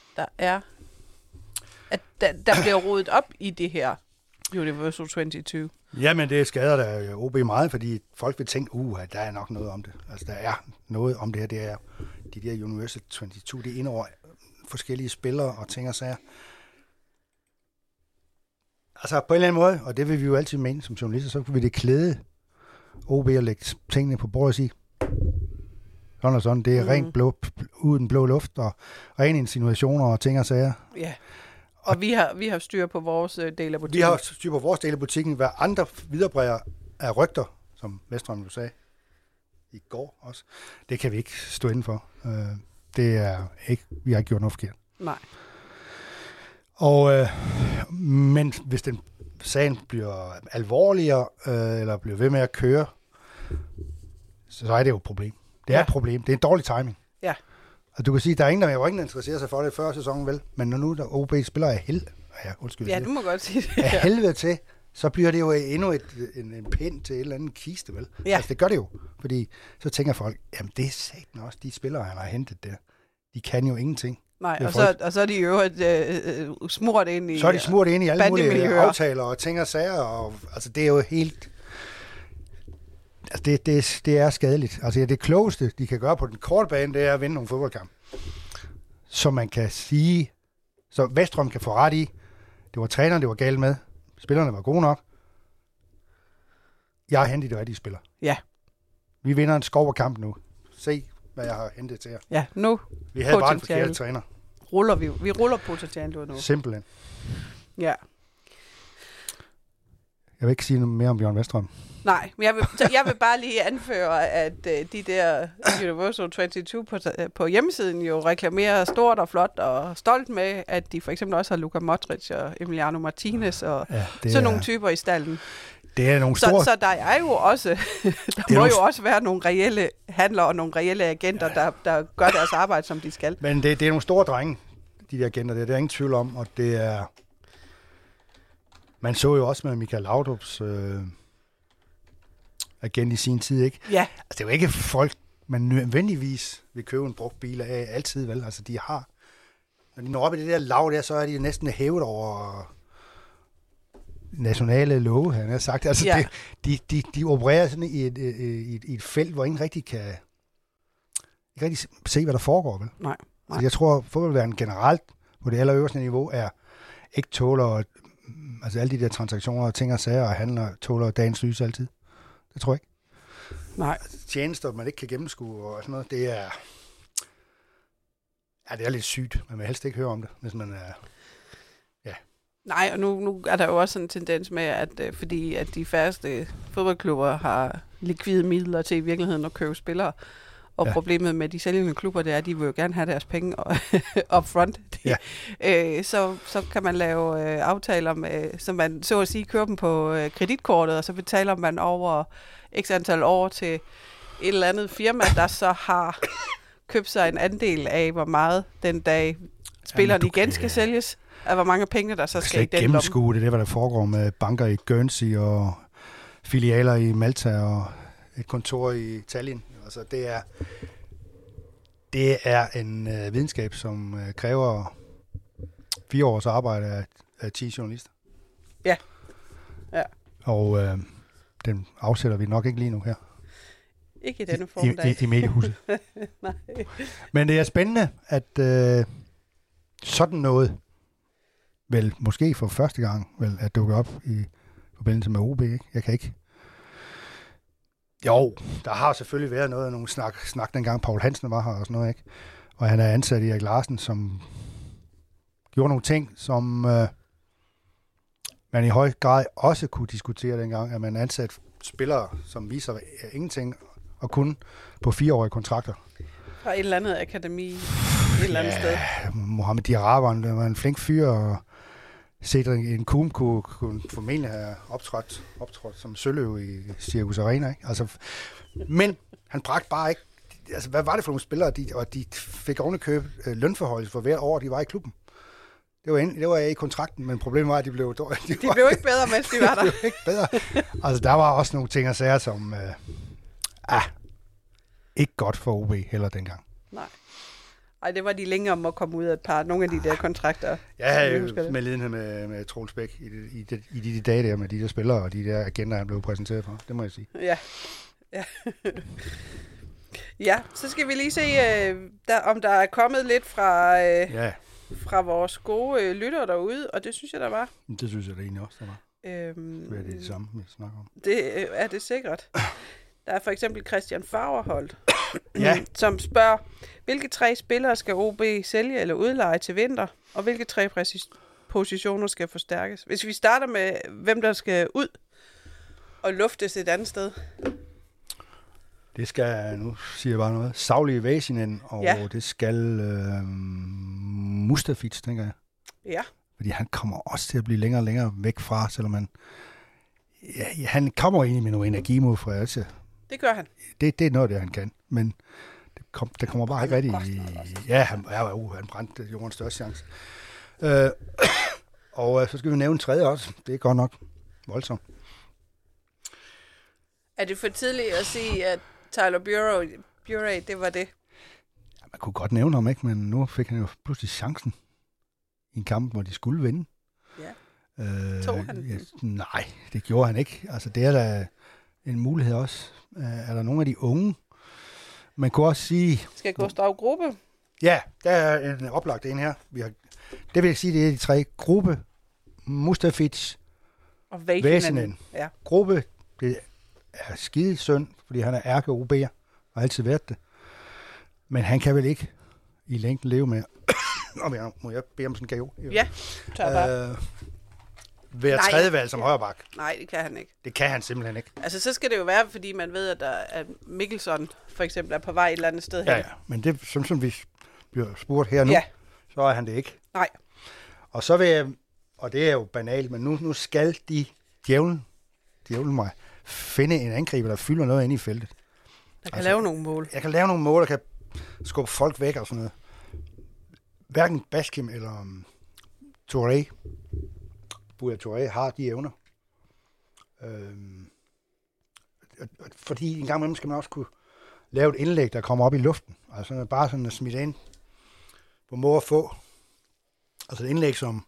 der bliver rodet op i det her Universal 22? Jamen, det skader der OB meget, fordi folk vil tænke, at der er nok noget om det. Altså, der er noget om det her. Det er de der Universal 22, det er ind over forskellige spillere og ting og sager. Altså, på en eller anden måde, og det vil vi jo altid mene som journalister, så vil det klæde OB at lægge tingene på bordet og sige, sådan og sådan, det er rent uden blå luft, og rene insinuationer og ting og sager. Ja. Og vi har styr på vores del af butikken. Vi har styr på vores del af butikken. Hvad andre viderebræger af rygter, som Westrøm jo sagde i går også, det kan vi ikke stå inden for. Det er ikke, vi har ikke gjort noget forkert. Nej. Og, men hvis den sagen bliver alvorligere, eller bliver ved med at køre, så er det jo et problem. Det er et problem. Det er en dårlig timing. Ja. Og du kan sige, der er ingen, der interesserer sig for det før sæsonen, vel? Men når nu der OB spiller af du må godt sige det. Af helvede til, så bliver det jo endnu en pind til et eller andet kiste, vel? Ja. Altså, det gør det jo. Fordi så tænker folk, jamen det er satan også, de spillere, han har hentet der. De kan jo ingenting. Nej, og så er de jo smurt ind i. Så er de smurt ind i alle mulige aftaler og ting og sager. Og, altså, det er jo helt. Altså, det er skadeligt. Altså, det klogeste, de kan gøre på den korte bane, det er at vinde nogle fodboldkamp. Så man kan sige, så Westrøm kan få ret i, det var træneren, det var galt med. Spillerne var gode nok. Jeg har hentet de rigtige spillere. Ja. Vi vinder en skovkamp nu. Se, hvad jeg har hentet til jer. Ja, nu. Vi havde bare en forkert træner. Vi ruller potentialet nu. Simpelthen. Ja. Jeg vil ikke sige noget mere om Bjørn Westrøm. Nej, men jeg vil bare lige anføre, at de der Universal 22 på hjemmesiden jo reklamerer stort og flot og stolt med, at de for eksempel også har Luka Modric og Emiliano Martinez og sådan nogle typer i stallen. Det er nogle store... Så der er jo også, også være nogle reelle handlere og nogle reelle agenter, der gør deres arbejde, som de skal. Men det er nogle store drenge, de der agenter der. Det er ingen tvivl om, og det er... Man så jo også med Michael Laudrup's agent i sin tid, ikke? Ja. Altså, det er jo ikke folk, man nødvendigvis vil købe en brugt bil af altid, vel? Altså, de har... Når de når op i det der lav der, så er de næsten hævet over nationale love, han har sagt. Altså, ja. De opererer sådan i et felt, hvor ingen rigtig kan se, hvad der foregår, vel? Nej. Altså, jeg tror, fodboldverdenen generelt på det allerøverste niveau er ikke tåler, altså alle de der transaktioner og ting og sager og handler tåler dagens lys altid. Det tror jeg ikke. Nej. Altså, tjenester, man ikke kan gennemskue og sådan noget, det er... Ja, det er lidt sygt. Man vil helst ikke høre om det, hvis man er... Ja. Nej, og nu er der jo også en tendens med, at fordi at de færreste fodboldklubber har likvide midler til i virkeligheden at købe spillere, og problemet med de sælgende klubber, det er, at de vil jo gerne have deres penge up front. Så kan man lave aftaler med, så man så at sige kører dem på kreditkortet, og så betaler man over x antal år til et eller andet firma, der så har købt sig en andel af, hvor meget den dag spilleren igen skal sælges. af hvor mange penge, der så Jeg skal skal i ikke den lomme. gennemskue det, hvad der foregår med banker i Guernsey og filialer i Malta og et kontor i Tallinn. Altså, det er en videnskab, som kræver 4 års arbejde af 10 journalister. Ja. Og den afsætter vi nok ikke lige nu her. Ikke i denne formiddag. I mediehuset. Nej. Men det er spændende, at sådan noget vel måske for første gang vel at dukke op i forbindelse med OB, ikke? Jeg kan ikke. Jo, der har selvfølgelig været nogle snak dengang Paul Hansen var her og sådan noget, ikke? Og han er ansat i Erik Larsen, som gjorde nogle ting, som man i høj grad også kunne diskutere dengang, at man ansat spillere, som viser ingenting og kun på 4-årige kontrakter. Fra et eller andet akademi, et eller andet sted. Mohamed Diarra var en flink fyr, og Cedric Nkoum kunne formentlig have optrådt som søløv i Circus Arena, ikke? Altså, men han bragte bare ikke. Altså, hvad var det for nogle spillere, de fik ovenikøbet lønforhold for hvert år, de var i klubben. Det var i kontrakten, men problemet var, at de blev ikke bedre, mens de var der. De blev ikke bedre. Altså, der var også nogle ting og sager, som ikke godt for OB heller dengang. Nej. Ej, det var de længere om at komme ud af nogle af de der kontrakter. Ja, med lidenhed med Troels Bæk i de dage der med de der spillere og de der agenter, han blev præsenteret for. Det må jeg sige. Ja. Ja, så skal vi lige se, om der er kommet lidt fra vores gode lyttere derude, og det synes jeg, der var. Det synes jeg da egentlig også, der var. Det er det samme, vi snakker om. Det er det sikkert. Der er for eksempel Christian Fagerholt, som spørger, hvilke 3 spillere skal OB sælge eller udleje til vinter, og hvilke 3 positioner skal forstærkes? Hvis vi starter med, hvem der skal ud og luftes et andet sted. Det skal, nu siger jeg bare noget, Sauli Väisänen, og det skal Mustafic, tænker jeg. Ja. Fordi han kommer også til at blive længere og længere væk fra, selvom han kommer ind med noget energi mod Fredericia. Det gør han. Det er noget, det han kan, men det kommer bare ikke rigtigt. Ja, han brændte jordens største chance. Og så skal vi nævne en tredje også. Det er godt nok voldsomt. Er det for tidligt at sige, at Tyler Buray, det var det? Ja, man kunne godt nævne ham, ikke? Men nu fik han jo pludselig chancen i en kamp, hvor de skulle vinde. Ja. Tog han den? Nej, det gjorde han ikke. Altså, det er da en mulighed også. Er der nogle af de unge? Man kunne også sige... Skal Gustav Gruppe? Ja, der er en oplagt en her. Det vil sige, det er de 3. Gruppe, Mustafic og Väisänen. Ja. Gruppe, det er skide synd, fordi han er ærke-OB'er, og har altid været det. Men han kan vel ikke i længden leve med... Må jeg bede om sådan en gave? Ja, tør bare. Være tredjevalg som højreback. Nej, det kan han ikke. Det kan han simpelthen ikke. Altså, så skal det jo være, fordi man ved, at Mikkelsen for eksempel er på vej et eller andet sted hen. Ja, men det, som vi bliver spurgt her nu, så er han det ikke. Nej. Og så vil jeg, og det er jo banalt, men nu skal djævlen mig finde en angriber, der fylder noget inde i feltet. Der kan lave nogle mål. Jeg kan lave nogle mål, der kan skubbe folk væk og sådan noget. Hverken Baskim eller Touré, Buya Touré har de evner. Fordi en gang imellem skal man også kunne lave et indlæg, der kommer op i luften. Altså bare sådan at smide ind på må at få. Altså et indlæg, som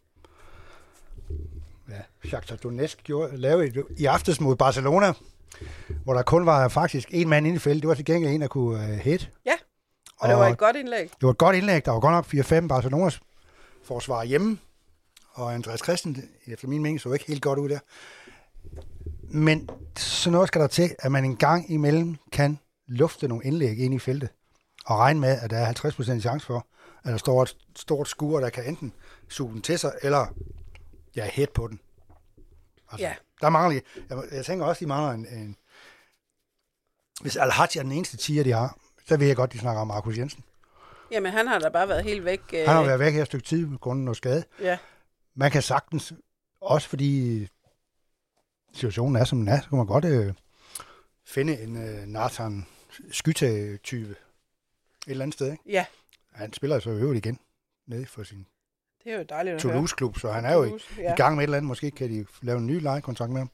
Shakhtar Donetsk lavede i aftes mod Barcelona, hvor der kun var faktisk en mand inde i feltet. Det var til gengæld en, der kunne hit. Ja, og det var et godt indlæg. Det var et godt indlæg. Der var godt nok 4-5 Barcelonas forsvar hjemme. Og Andreas Christen, efter min mening, så ikke helt godt ud der. Men sådan noget skal der til, at man en gang imellem kan lufte nogle indlæg ind i feltet. Og regne med, at der er 50% chance for, at der står et stort skur, der kan enten suge den til sig, eller hæt på den. Altså, der mangler jeg tænker også, de mangler en hvis Al-Hadji er den eneste tier, de har, så ved jeg godt, de snakker om Markus Jensen. Jamen, han har da bare været helt væk. Han har været væk her et stykke tid, på grund af noget skade. Ja. Man kan sagtens, også fordi situationen er, som den er, så kan man godt finde en Nathan Skytte-type et eller andet sted, ikke? Ja. Han spiller så øvrigt igen nede for sin Det er jo dejligt at høre. Toulouse-klub, så han er jo i gang med et eller andet. Måske kan de lave en ny lejekontrakt med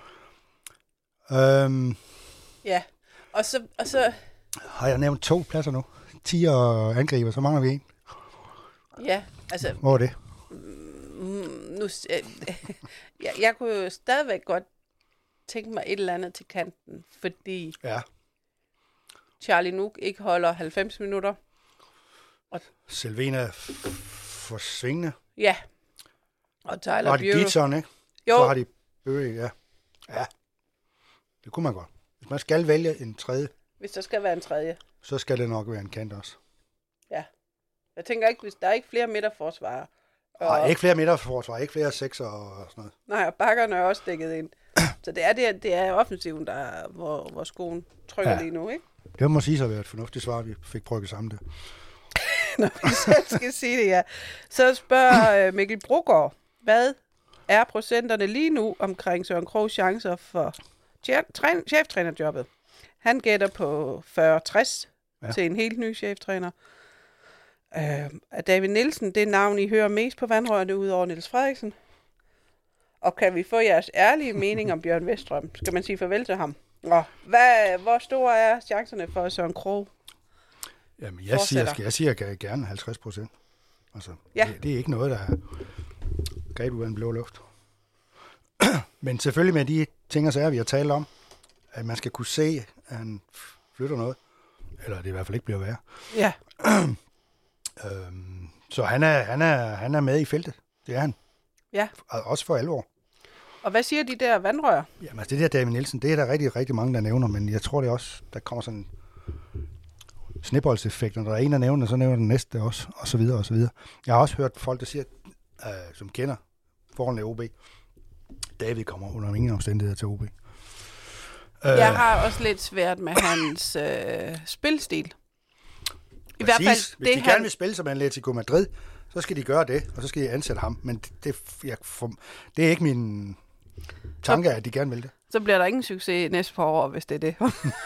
ham. Ja, og så... Har jeg nævnt 2 pladser nu? 10 og angriber, så mangler vi en. Ja, altså... Hvor er det? Nu, jeg kunne jo stadigvæk godt tænke mig et eller andet til kanten, fordi Charlie Nuuk ikke holder 90 minutter. Og Selvena for svingende. Ja. Og Tyler Bureau. Og de Dietzson, ikke? Jo. Så har de Bøge, ja. Ja, det kunne man godt. Hvis man skal vælge en tredje. Hvis der skal være en tredje. Så skal det nok være en kant også. Ja. Jeg tænker ikke, hvis der er ikke flere midterforsvarer. Nej, ikke flere midterforsvarer, ikke flere sekser og sådan noget. Nej, og bakkerne er også dækket ind. Så det er offensiven, der hvor skoen trykker lige nu, ikke? Det må sige så være et fornuftigt svar, vi fik brygget sammen det. Når vi selv skal sige det, ja. Så spørger Mikkel Brogaard, hvad er procenterne lige nu omkring Søren Kroghs chancer for cheftrænerjobbet? Han gætter på 40-60 til en helt ny cheftræner. David Nielsen, det navn, I hører mest på vandrørene ud over Niels Frederiksen. Og kan vi få jeres ærlige mening om Bjørn Westrøm? Skal man sige farvel til ham? Og hvor store er chancerne for Søren Krogh? Jamen, jeg siger gerne 50%. Altså, det er ikke noget, der er grebet ud af en blå luft. Men selvfølgelig med de ting og sager, vi har talt om, at man skal kunne se, at han flytter noget. Eller det i hvert fald ikke bliver værre. Ja. Så han er med i feltet. Det er han. Ja. Også for alvor. Og hvad siger de der vandrør? Jamen, altså, det der David Nielsen, det er der rigtig, rigtig mange, der nævner, men jeg tror det også, der kommer sådan snibboldseffekt, når der er en, der nævner, så nævner den næste også, og så videre, og så videre. Jeg har også hørt folk, der siger, som kender forholdene i OB, David kommer under ingen omstændigheder til OB. Jeg har også lidt svært med hans spilstil. I hvert fald, hvis de gerne vil spille som Atletico Madrid, så skal de gøre det, og så skal de ansætte ham. Men det er ikke min tanke, at de gerne vil det. Så bliver der ingen succes næste par år, hvis det er det.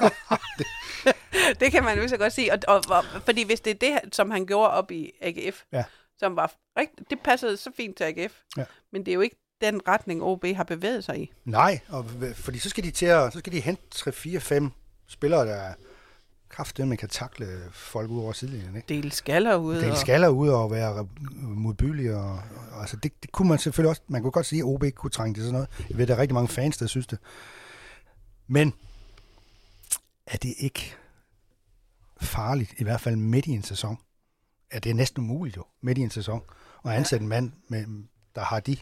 Det kan man jo så godt sige. Og, fordi hvis det er det, som han gjorde op i AGF, som var det passede så fint til AGF, men det er jo ikke den retning, OB har bevæget sig i. Nej, fordi så skal de hente 3-4-5 spillere, der kraftedeme kan takle folk ud over sidelinjen, ikke? Dele skaller ud. Og være modbydelige. Og altså det kunne man selvfølgelig også. Man kunne godt sige, at OB kunne trænge til sådan noget. Jeg ved, der er rigtig mange fans, der synes det. Men er det ikke farligt, i hvert fald midt i en sæson? Ja, det er næsten umuligt jo, midt i en sæson, at ansætte en mand, der har de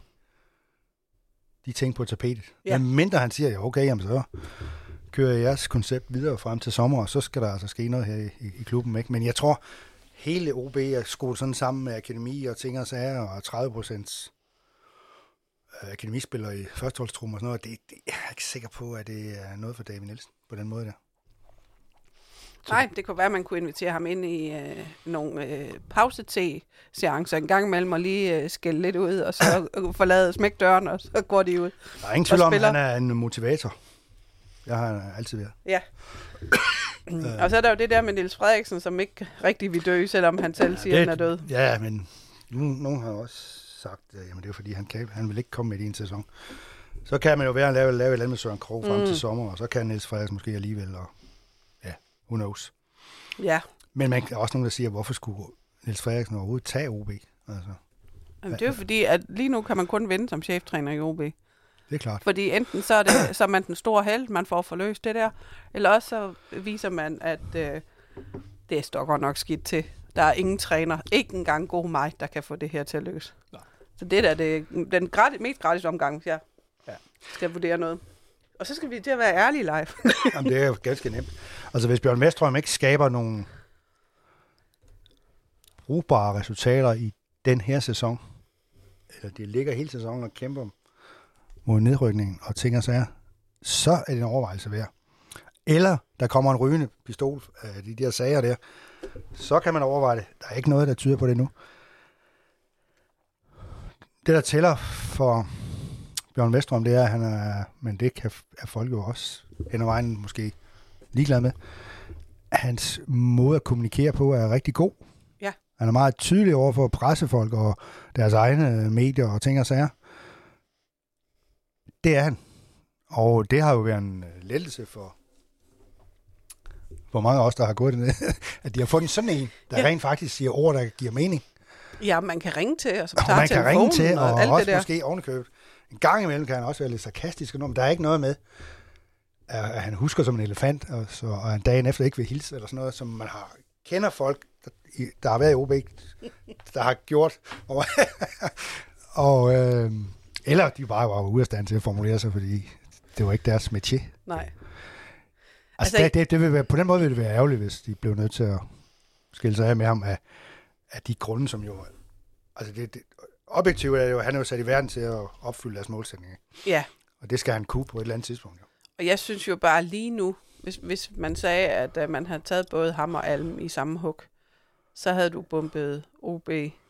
ting på tapetet. Ja. Men mindre han siger, okay, jamen så kører jeres koncept videre frem til sommer, og så skal der altså ske noget her i klubben, ikke? Men jeg tror, hele OB er skruet sådan sammen med akademi og ting og sager, og 30% akademispillere i førsteholdstruppen og sådan noget. Det jeg er ikke sikker på, at det er noget for David Nielsen på den måde der. Nej, det kunne være, at man kunne invitere ham ind i nogle pause-te-seancer en gang imellem, og lige skælde lidt ud, og så forlade smækdøren, og så går de ud. Der er ingen tvivl om, at han er en motivator. Jeg har altid været. Ja. Og så er der jo det der med Niels Frederiksen, som ikke rigtig vil dø, selvom han selv siger, at han er død. Ja, men nogen har også sagt, jamen det er fordi, han vil ikke komme med i en sæson. Så kan man jo være at lave et eller andet med Søren Krogh frem til sommer, og så kan Niels Frederiksen måske alligevel, og who knows. Ja. Men man kan også nogen, der siger, hvorfor skulle Niels Frederiksen overhovedet tage OB? Altså. Jamen, det er jo fordi, at lige nu kan man kun vinde som cheftræner i OB. Det er klart. Fordi enten så er man den store held, man får forløst det der, eller også så viser man, at det står godt nok skidt til. Der er ingen træner, ikke engang god mig, der kan få det her til at lykkes. Nej. Så det er den mest gratis omgang, hvis jeg skal vurdere noget. Og så skal vi til at være ærlige live. Jamen, det er jo ganske nemt. Altså, hvis Bjørn Westrøm ikke skaber nogle brugbare resultater i den her sæson, eller det ligger hele sæsonen og kæmper mod nedrykningen og ting og sager, så er det en overvejelse værd. Eller der kommer en rygende pistol af de der sager der, så kan man overveje det. Der er ikke noget, der tyder på det nu. Det, der tæller for Bjørn Westrøm, det er, at han er, men det er folk jo også hen ad vejen måske ligeglad med. Hans måde at kommunikere på er rigtig god. Ja. Han er meget tydelig over for pressefolk og deres egne medier og ting og sager. Det er han. Og det har jo været en lettelse for mange af os, der har gået det, at de har fundet sådan en, der rent faktisk siger ord, der giver mening. Ja, man kan ringe til, og så tager man kan ringe til, og alt også det der. Måske ovenikøbet. En gang imellem kan han også være lidt sarkastisk, men der er ikke noget med, at han husker som en elefant, og han dagen efter ikke vil hilse, eller sådan noget, som man kender folk, der har været i OB, der har gjort. Eller de bare var ude af stand til at formulere sig, fordi det var ikke deres métier. Nej. Altså det vil være, på den måde vil det være ærgerligt, hvis de blev nødt til at skille sig af med ham af de grunde, som jo... Altså objektivt er jo, han er jo sat i verden til at opfylde deres målsætninger. Ja. Og det skal han kunne på et eller andet tidspunkt. Jo. Og jeg synes jo bare lige nu, hvis man sagde, at man havde taget både ham og Alm i samme hug, så havde du bumpet OB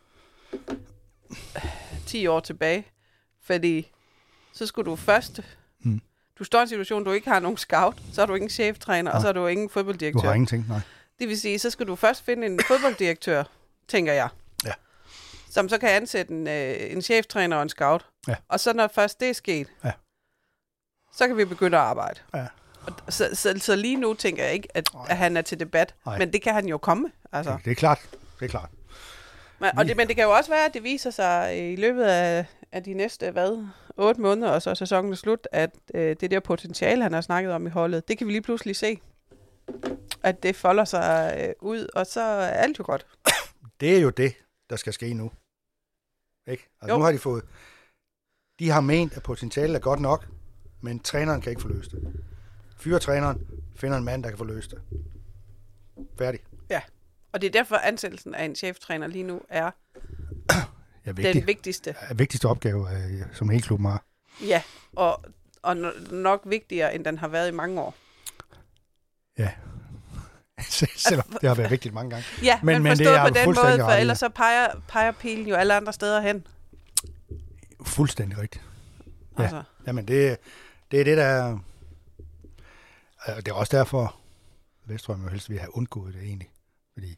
10 år tilbage. Fordi så skulle du først... Du står i en situation, du ikke har nogen scout, så har du ingen cheftræner, og så har du ingen fodbolddirektør. Du har ingenting, nej. Det vil sige, så skal du først finde en fodbolddirektør, tænker jeg. Ja. Som så kan ansætte en cheftræner og en scout. Ja. Og så når først det er sket, så kan vi begynde at arbejde. Ja. Så lige nu tænker jeg ikke, at han er til debat. Nej. Men det kan han jo komme. Altså. Det er klart. Det er klart. Men det kan jo også være, at det viser sig i løbet af de næste, 8 måneder, og så sæsonen er slut, at det der potentiale, han har snakket om i holdet, det kan vi lige pludselig se. At det folder sig ud, og så er alt jo godt. Det er jo det, der skal ske nu. Ikke? Altså, nu har de har ment, at potentialet er godt nok, men træneren kan ikke få løst det. Fyre træneren, finder en mand, der kan få løst det. Færdig. Ja, og det er derfor ansættelsen af en cheftræner lige nu er den vigtigste. Vigtigste opgave, som hele klubben har. Ja, og nok vigtigere, end den har været i mange år. Ja, selvom det har været vigtigt mange gange. Ja, men forstået på den måde, for ellers så peger pilen jo alle andre steder hen. Fuldstændig rigtigt. Ja, altså. Jamen det er det, der er... Det er også derfor, Vestrøm jo helst vil have undgået det egentlig. Fordi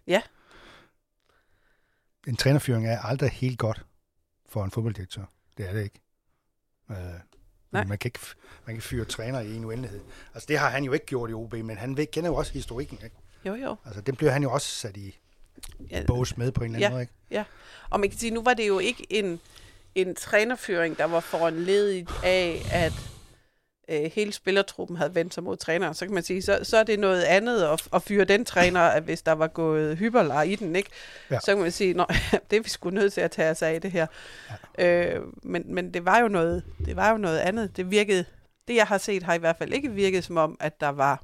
en trænerfyring er aldrig helt godt for en fodbolddirektør. Det er det ikke. Man kan ikke fyre træner i en uendelighed. Altså det har han jo ikke gjort i OB, men han kender jo også historikken, ikke? Jo. Altså det bliver han jo også sat i bås med på en eller anden måde, ikke? Ja, og man kan sige, nu var det jo ikke en trænerfyring, der var foranlediget af, at hele spillertruppen havde vendt sig mod træneren. Så kan man sige, så er det noget andet at fyre den træner, hvis der var gået hyperlar i den, ikke? Ja. Så kan man sige, det er vi sgu nødt til at tage os af det her. Ja. Men det var jo noget andet. Det virkede, det jeg har set, har i hvert fald ikke virket som om, at der var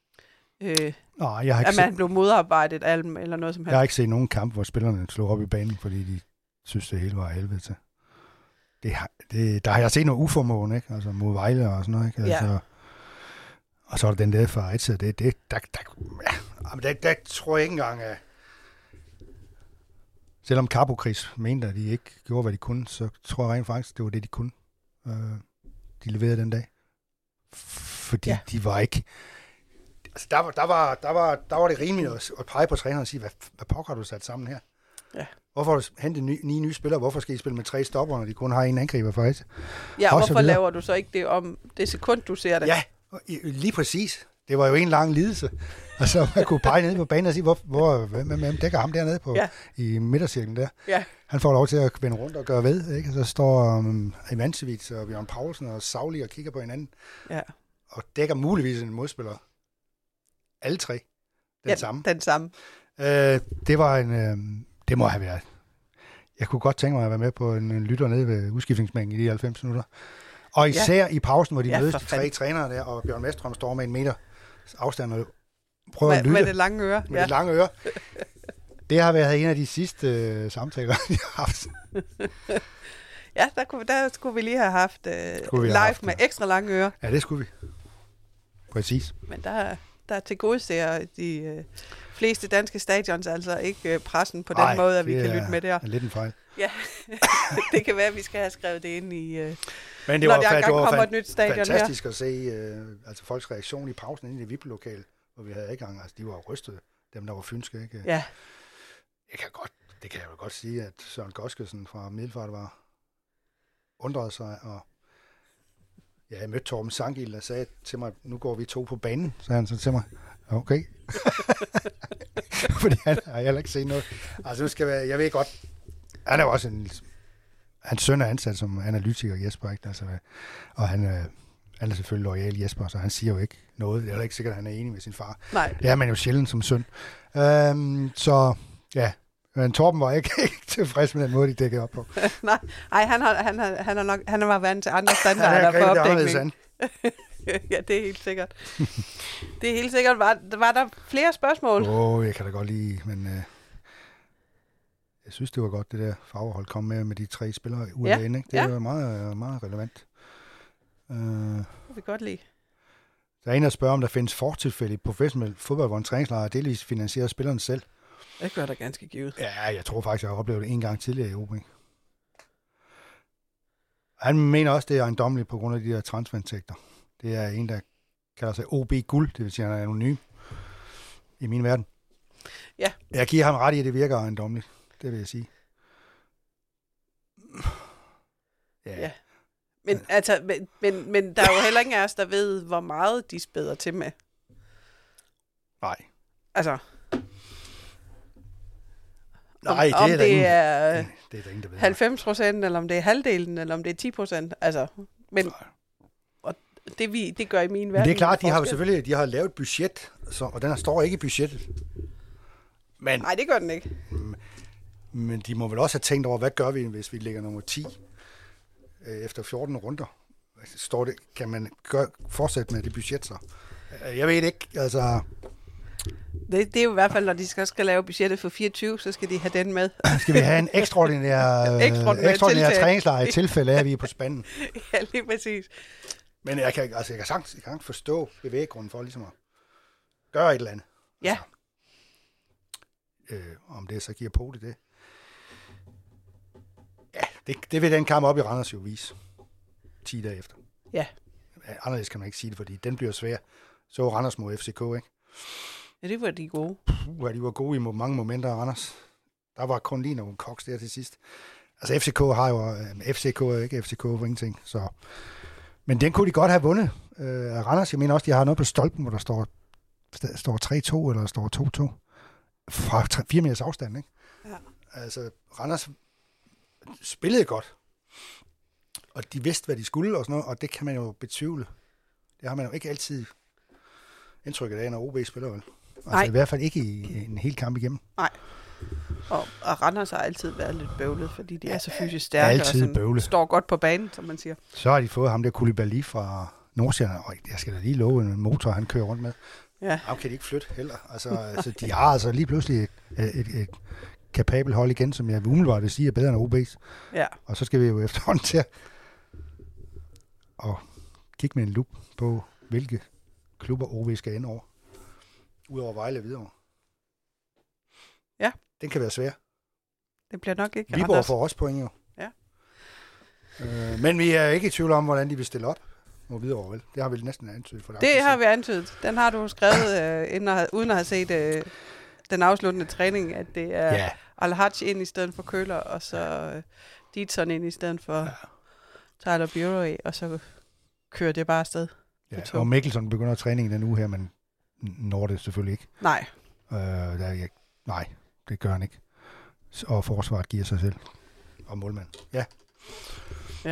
at man blev modarbejdet eller noget som helst. Jeg har ikke set nogen kamp, hvor spillerne slog op i banen, fordi de synes, det hele var helvede til. Der har jeg set noget uformåen, ikke? Altså mod Vejle og sådan noget, ikke? Altså, og så er der den der fra Ritzau. Der tror jeg ikke engang, at selvom Carbokris mente, at de ikke gjorde, hvad de kunne, så tror jeg rent faktisk, det var det, de kunne. De leverede den dag. Fordi de var ikke... Altså, der var det rimeligt at pege på træneren og sige, hvad pokker har du sat sammen her? Ja. Hvorfor har du hentet 9 nye spillere? Hvorfor skal I spille med 3 stopper, når de kun har en angriber for et? Ja, og hvorfor laver du så ikke det om det sekund, du ser det? Ja, lige præcis. Det var jo en lang lidelse. Altså, man kunne pege ned på banen og sige, hvem dækker ham dernede på, i midtercirklen der. Ja. Han får lov til at vende rundt og gøre ved, ikke? Så står Ivancevic og Bjørn Paulsen og Sauli og kigger på hinanden. Ja. Og dækker muligvis en modspiller. Alle 3. Den samme. Det var en... Det må have været. Jeg kunne godt tænke mig at være med på en lytter nede ved udskiftningsmængden i de 90 minutter. Og især i pausen, hvor de mødes de 3 trænere der, og Bjørn Vestrøm står med 1 meter afstand og prøver at lytte. Med det lange øre. Med det lange øre. Det har været en af de sidste samtaler, vi har haft. Ja, der skulle vi lige have haft live med ekstra lange øre. Ja, det skulle vi. Præcis. Men der tilgodeser de fleste danske stadions, altså ikke pressen på den måde, at vi kan lytte med der. Det er lidt en fejl. Ja, det kan være, at vi skal have skrevet det ind i, men det var, når der engang kommer et nyt stadion fantastisk her. At se altså folks reaktion i pausen inde i VIP-lokalet, hvor vi havde adgang. Altså, de var rystet, dem der var fynske, ikke? Ja. Jeg kan godt Det kan jeg jo godt sige, at Søren Goskesen fra Middelfart var undrede sig, og jeg mødte Torben Sangil, der sagde til mig, nu går vi 2 på banen, sagde han så til mig. Okay. Fordi han har heller ikke set noget. Altså, nu skal jeg ved godt, han er jo også hans søn er ansat som analytiker, Jesper, ikke? Altså, og han er selvfølgelig loyal Jesper, så han siger jo ikke noget. Det er heller ikke sikkert, at han er enig med sin far. Nej. Det er man jo sjældent som søn. Så ja, men Torben var ikke tilfreds med den måde, de dækkede op på. Nej, han var vant til andre standarder for opdækning. Ja, det er helt sikkert. Det er helt sikkert. Var der flere spørgsmål? Jeg kan da godt lide, men jeg synes, det var godt, det der faghold kom med de 3 spillere ud af ende. Det var meget, meget relevant. Det vil godt lide. Der er en, der spørger, om der findes fortilfælde i professionel fodbold, hvor en træningslejr delvis finansierer spilleren selv. Det gør der ganske givet. Ja, jeg tror faktisk, jeg har oplevet det en gang tidligere i OB. Han mener også, det er ejendommeligt på grund af de der transferindtægter. Det er en, der kalder sig OB Guld, det vil sige, at han er anonym i min verden. Ja. Jeg giver ham ret i, at det virker ejendommeligt. Det vil jeg sige. Ja. Men der er jo heller ingen af os, der ved, hvor meget de spæder til med. Nej. Altså. Nej, om det er det er der ingen, der ved. 90%, eller om det er halvdelen, eller om det er 10%. Altså, men og det gør i min verden. Men det er klart, de har jo selvfølgelig lavet et budget, og den står ikke i budgettet. Men, nej, det gør den ikke. Men de må vel også have tænkt over, hvad gør vi, hvis vi ligger nummer 10 efter 14 runder? Kan man fortsætte med det budget så? Jeg ved ikke, altså. Det er jo i hvert fald, når de skal lave budgettet for 24, så skal de have den med. Skal vi have en ekstraordinær træningslejr i tilfælde af, at vi er på spanden? Ja, lige præcis. Men jeg kan sagtens forstå bevæggrunden for ligesom at gøre et eller andet. Ja. Altså, om det så giver på det. Ja, det vil den kamp op i Randers jo vise 10 dage efter. Ja. Anderledes kan man ikke sige det, fordi den bliver svær. Så Randers mod FCK, ikke? Ja, det var de gode. De var gode i mange momenter af Randers. Der var kun lige nogle koks der til sidst. Altså FCK har jo... FCK er ikke FCK for ingenting, så... Men den kunne de godt have vundet af Randers. Jeg mener også, de har noget på stolpen, hvor der står 3-2, eller der står 2-2. Fra 4 meters afstand, ikke? Ja. Altså, Randers spillede godt. Og de vidste, hvad de skulle og sådan noget, og det kan man jo betvivle. Det har man jo ikke altid indtrykket af, når OB spiller, vel? Altså i hvert fald ikke i en hel kamp igennem. Nej. Og Randers har altid været lidt bøvlet, fordi de er så fysisk stærke altid og står godt på banen, som man siger. Så har de fået ham der Koulibaly fra Nordsjælland, og jeg skal da lige love en motor, han kører rundt med. Ja. Ham kan de ikke flytte heller. Altså de har altså lige pludselig et kapabelt hold igen, som jeg umiddelbart vil sige er bedre end OB's. Ja. Og så skal vi jo efterhånden til at kigge med en lup på, hvilke klubber OB skal ind over. Udover Vejle videre. Ja. Den kan være svær. Det bliver nok ikke. Viborg får også point jo. Ja. Men vi er ikke i tvivl om, hvordan de vil stille op mod Hvidovre, vel? Det har vi næsten antydet for dig. Det har vi antydet. Den har du skrevet, uden at have set den afsluttende træning, at det er Al-Hajj ind i stedet for Køller, og så Dietzson ind i stedet for Tyler Bury, og så kører det bare afsted. Ja, og Mikkelsen begynder træningen den uge her, men når det selvfølgelig ikke. Nej. Nej, det gør han ikke. Og forsvaret giver sig selv. Og målmand. Ja. Ja.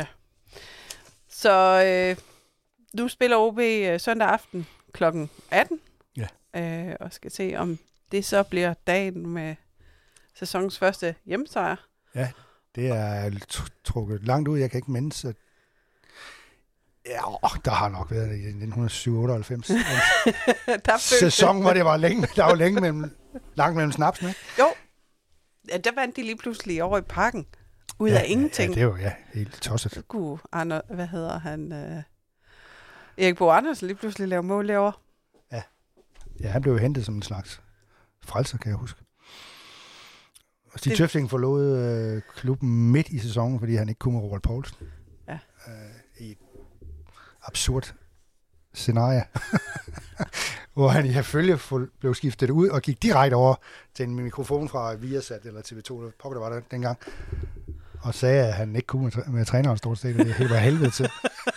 Så nu spiller OB søndag aften kl. 18. Ja. Og skal se, om det så bliver dagen med sæsonens første hjemmesejr. Ja, det er trukket langt ud. Jeg kan ikke mindes, at der har nok været i 1997. Sæson, hvor det var længe. Der var langt mellem snapsen, ikke? Jo. Ja, der vandt de lige pludselig over i parken. Ud af ingenting. Ja, det var helt tosset. Så kunne hvad hedder han? Erik Bo Andersen lige pludselig lave mål derovre. Ja, han blev jo hentet som en slags frelser, kan jeg huske. Og Stig Tøfting forlod klubben midt i sæsonen, fordi han ikke kunne med Robert Poulsen. I et absurd scenarie, hvor han i herfølge blev skiftet ud og gik direkte over til en mikrofon fra Viasat eller TV2, eller pokker, der var der dengang, og sagde, at han ikke kunne med træneren stort set, og det var helvede til.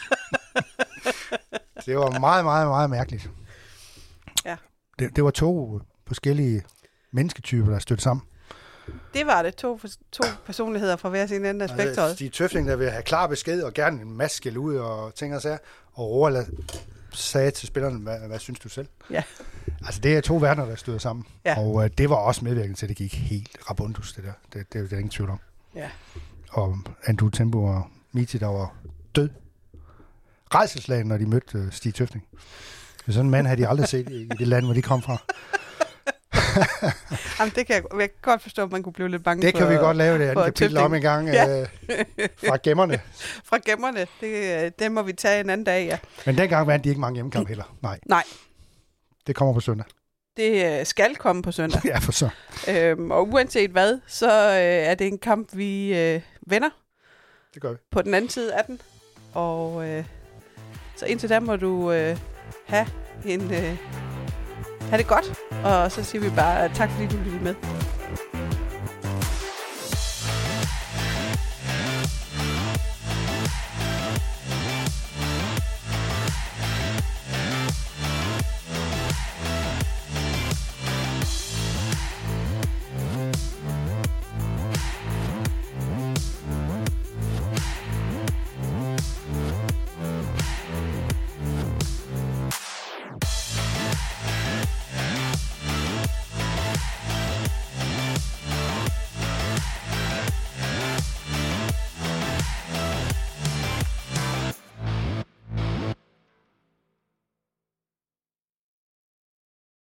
Det var meget, meget, meget mærkeligt. Ja. Det var 2 forskellige mennesketyper, der stødte sammen. Det var det. To personligheder fra hver sin ende af spektret. Stig Tøfting, der ville have klar besked og gerne en masse skæld ud og ting og sager. Og Roald sagde til spillerne, hvad synes du selv? Ja. Altså, det er 2 verdener, der støder sammen. Ja. Og det var også medvirkende til, at det gik helt rabundus, det der. Det er ingen tvivl om. Ja. Og Andrew Tembo og Miti, der var død. Rædselslagen, når de mødte Stig Tøfting. Sådan en mand havde de aldrig set i det land, hvor de kom fra. Jamen, det kan jeg kan godt forstå, at man kunne blive lidt bange det for. Det kan vi godt lave det andet kapitel om en gang. Ja. Fra gemmerne. Fra gemmerne. Det må vi tage en anden dag, ja. Men dengang vandt de ikke mange hjemmekamp heller. Nej. Det kommer på søndag. Det skal komme på søndag. Ja, for så. Og uanset hvad, så er det en kamp, vi vinder. Det gør vi. På den anden side af den. Og så indtil da må du have det godt. Og så siger vi bare tak, fordi du lyttede med.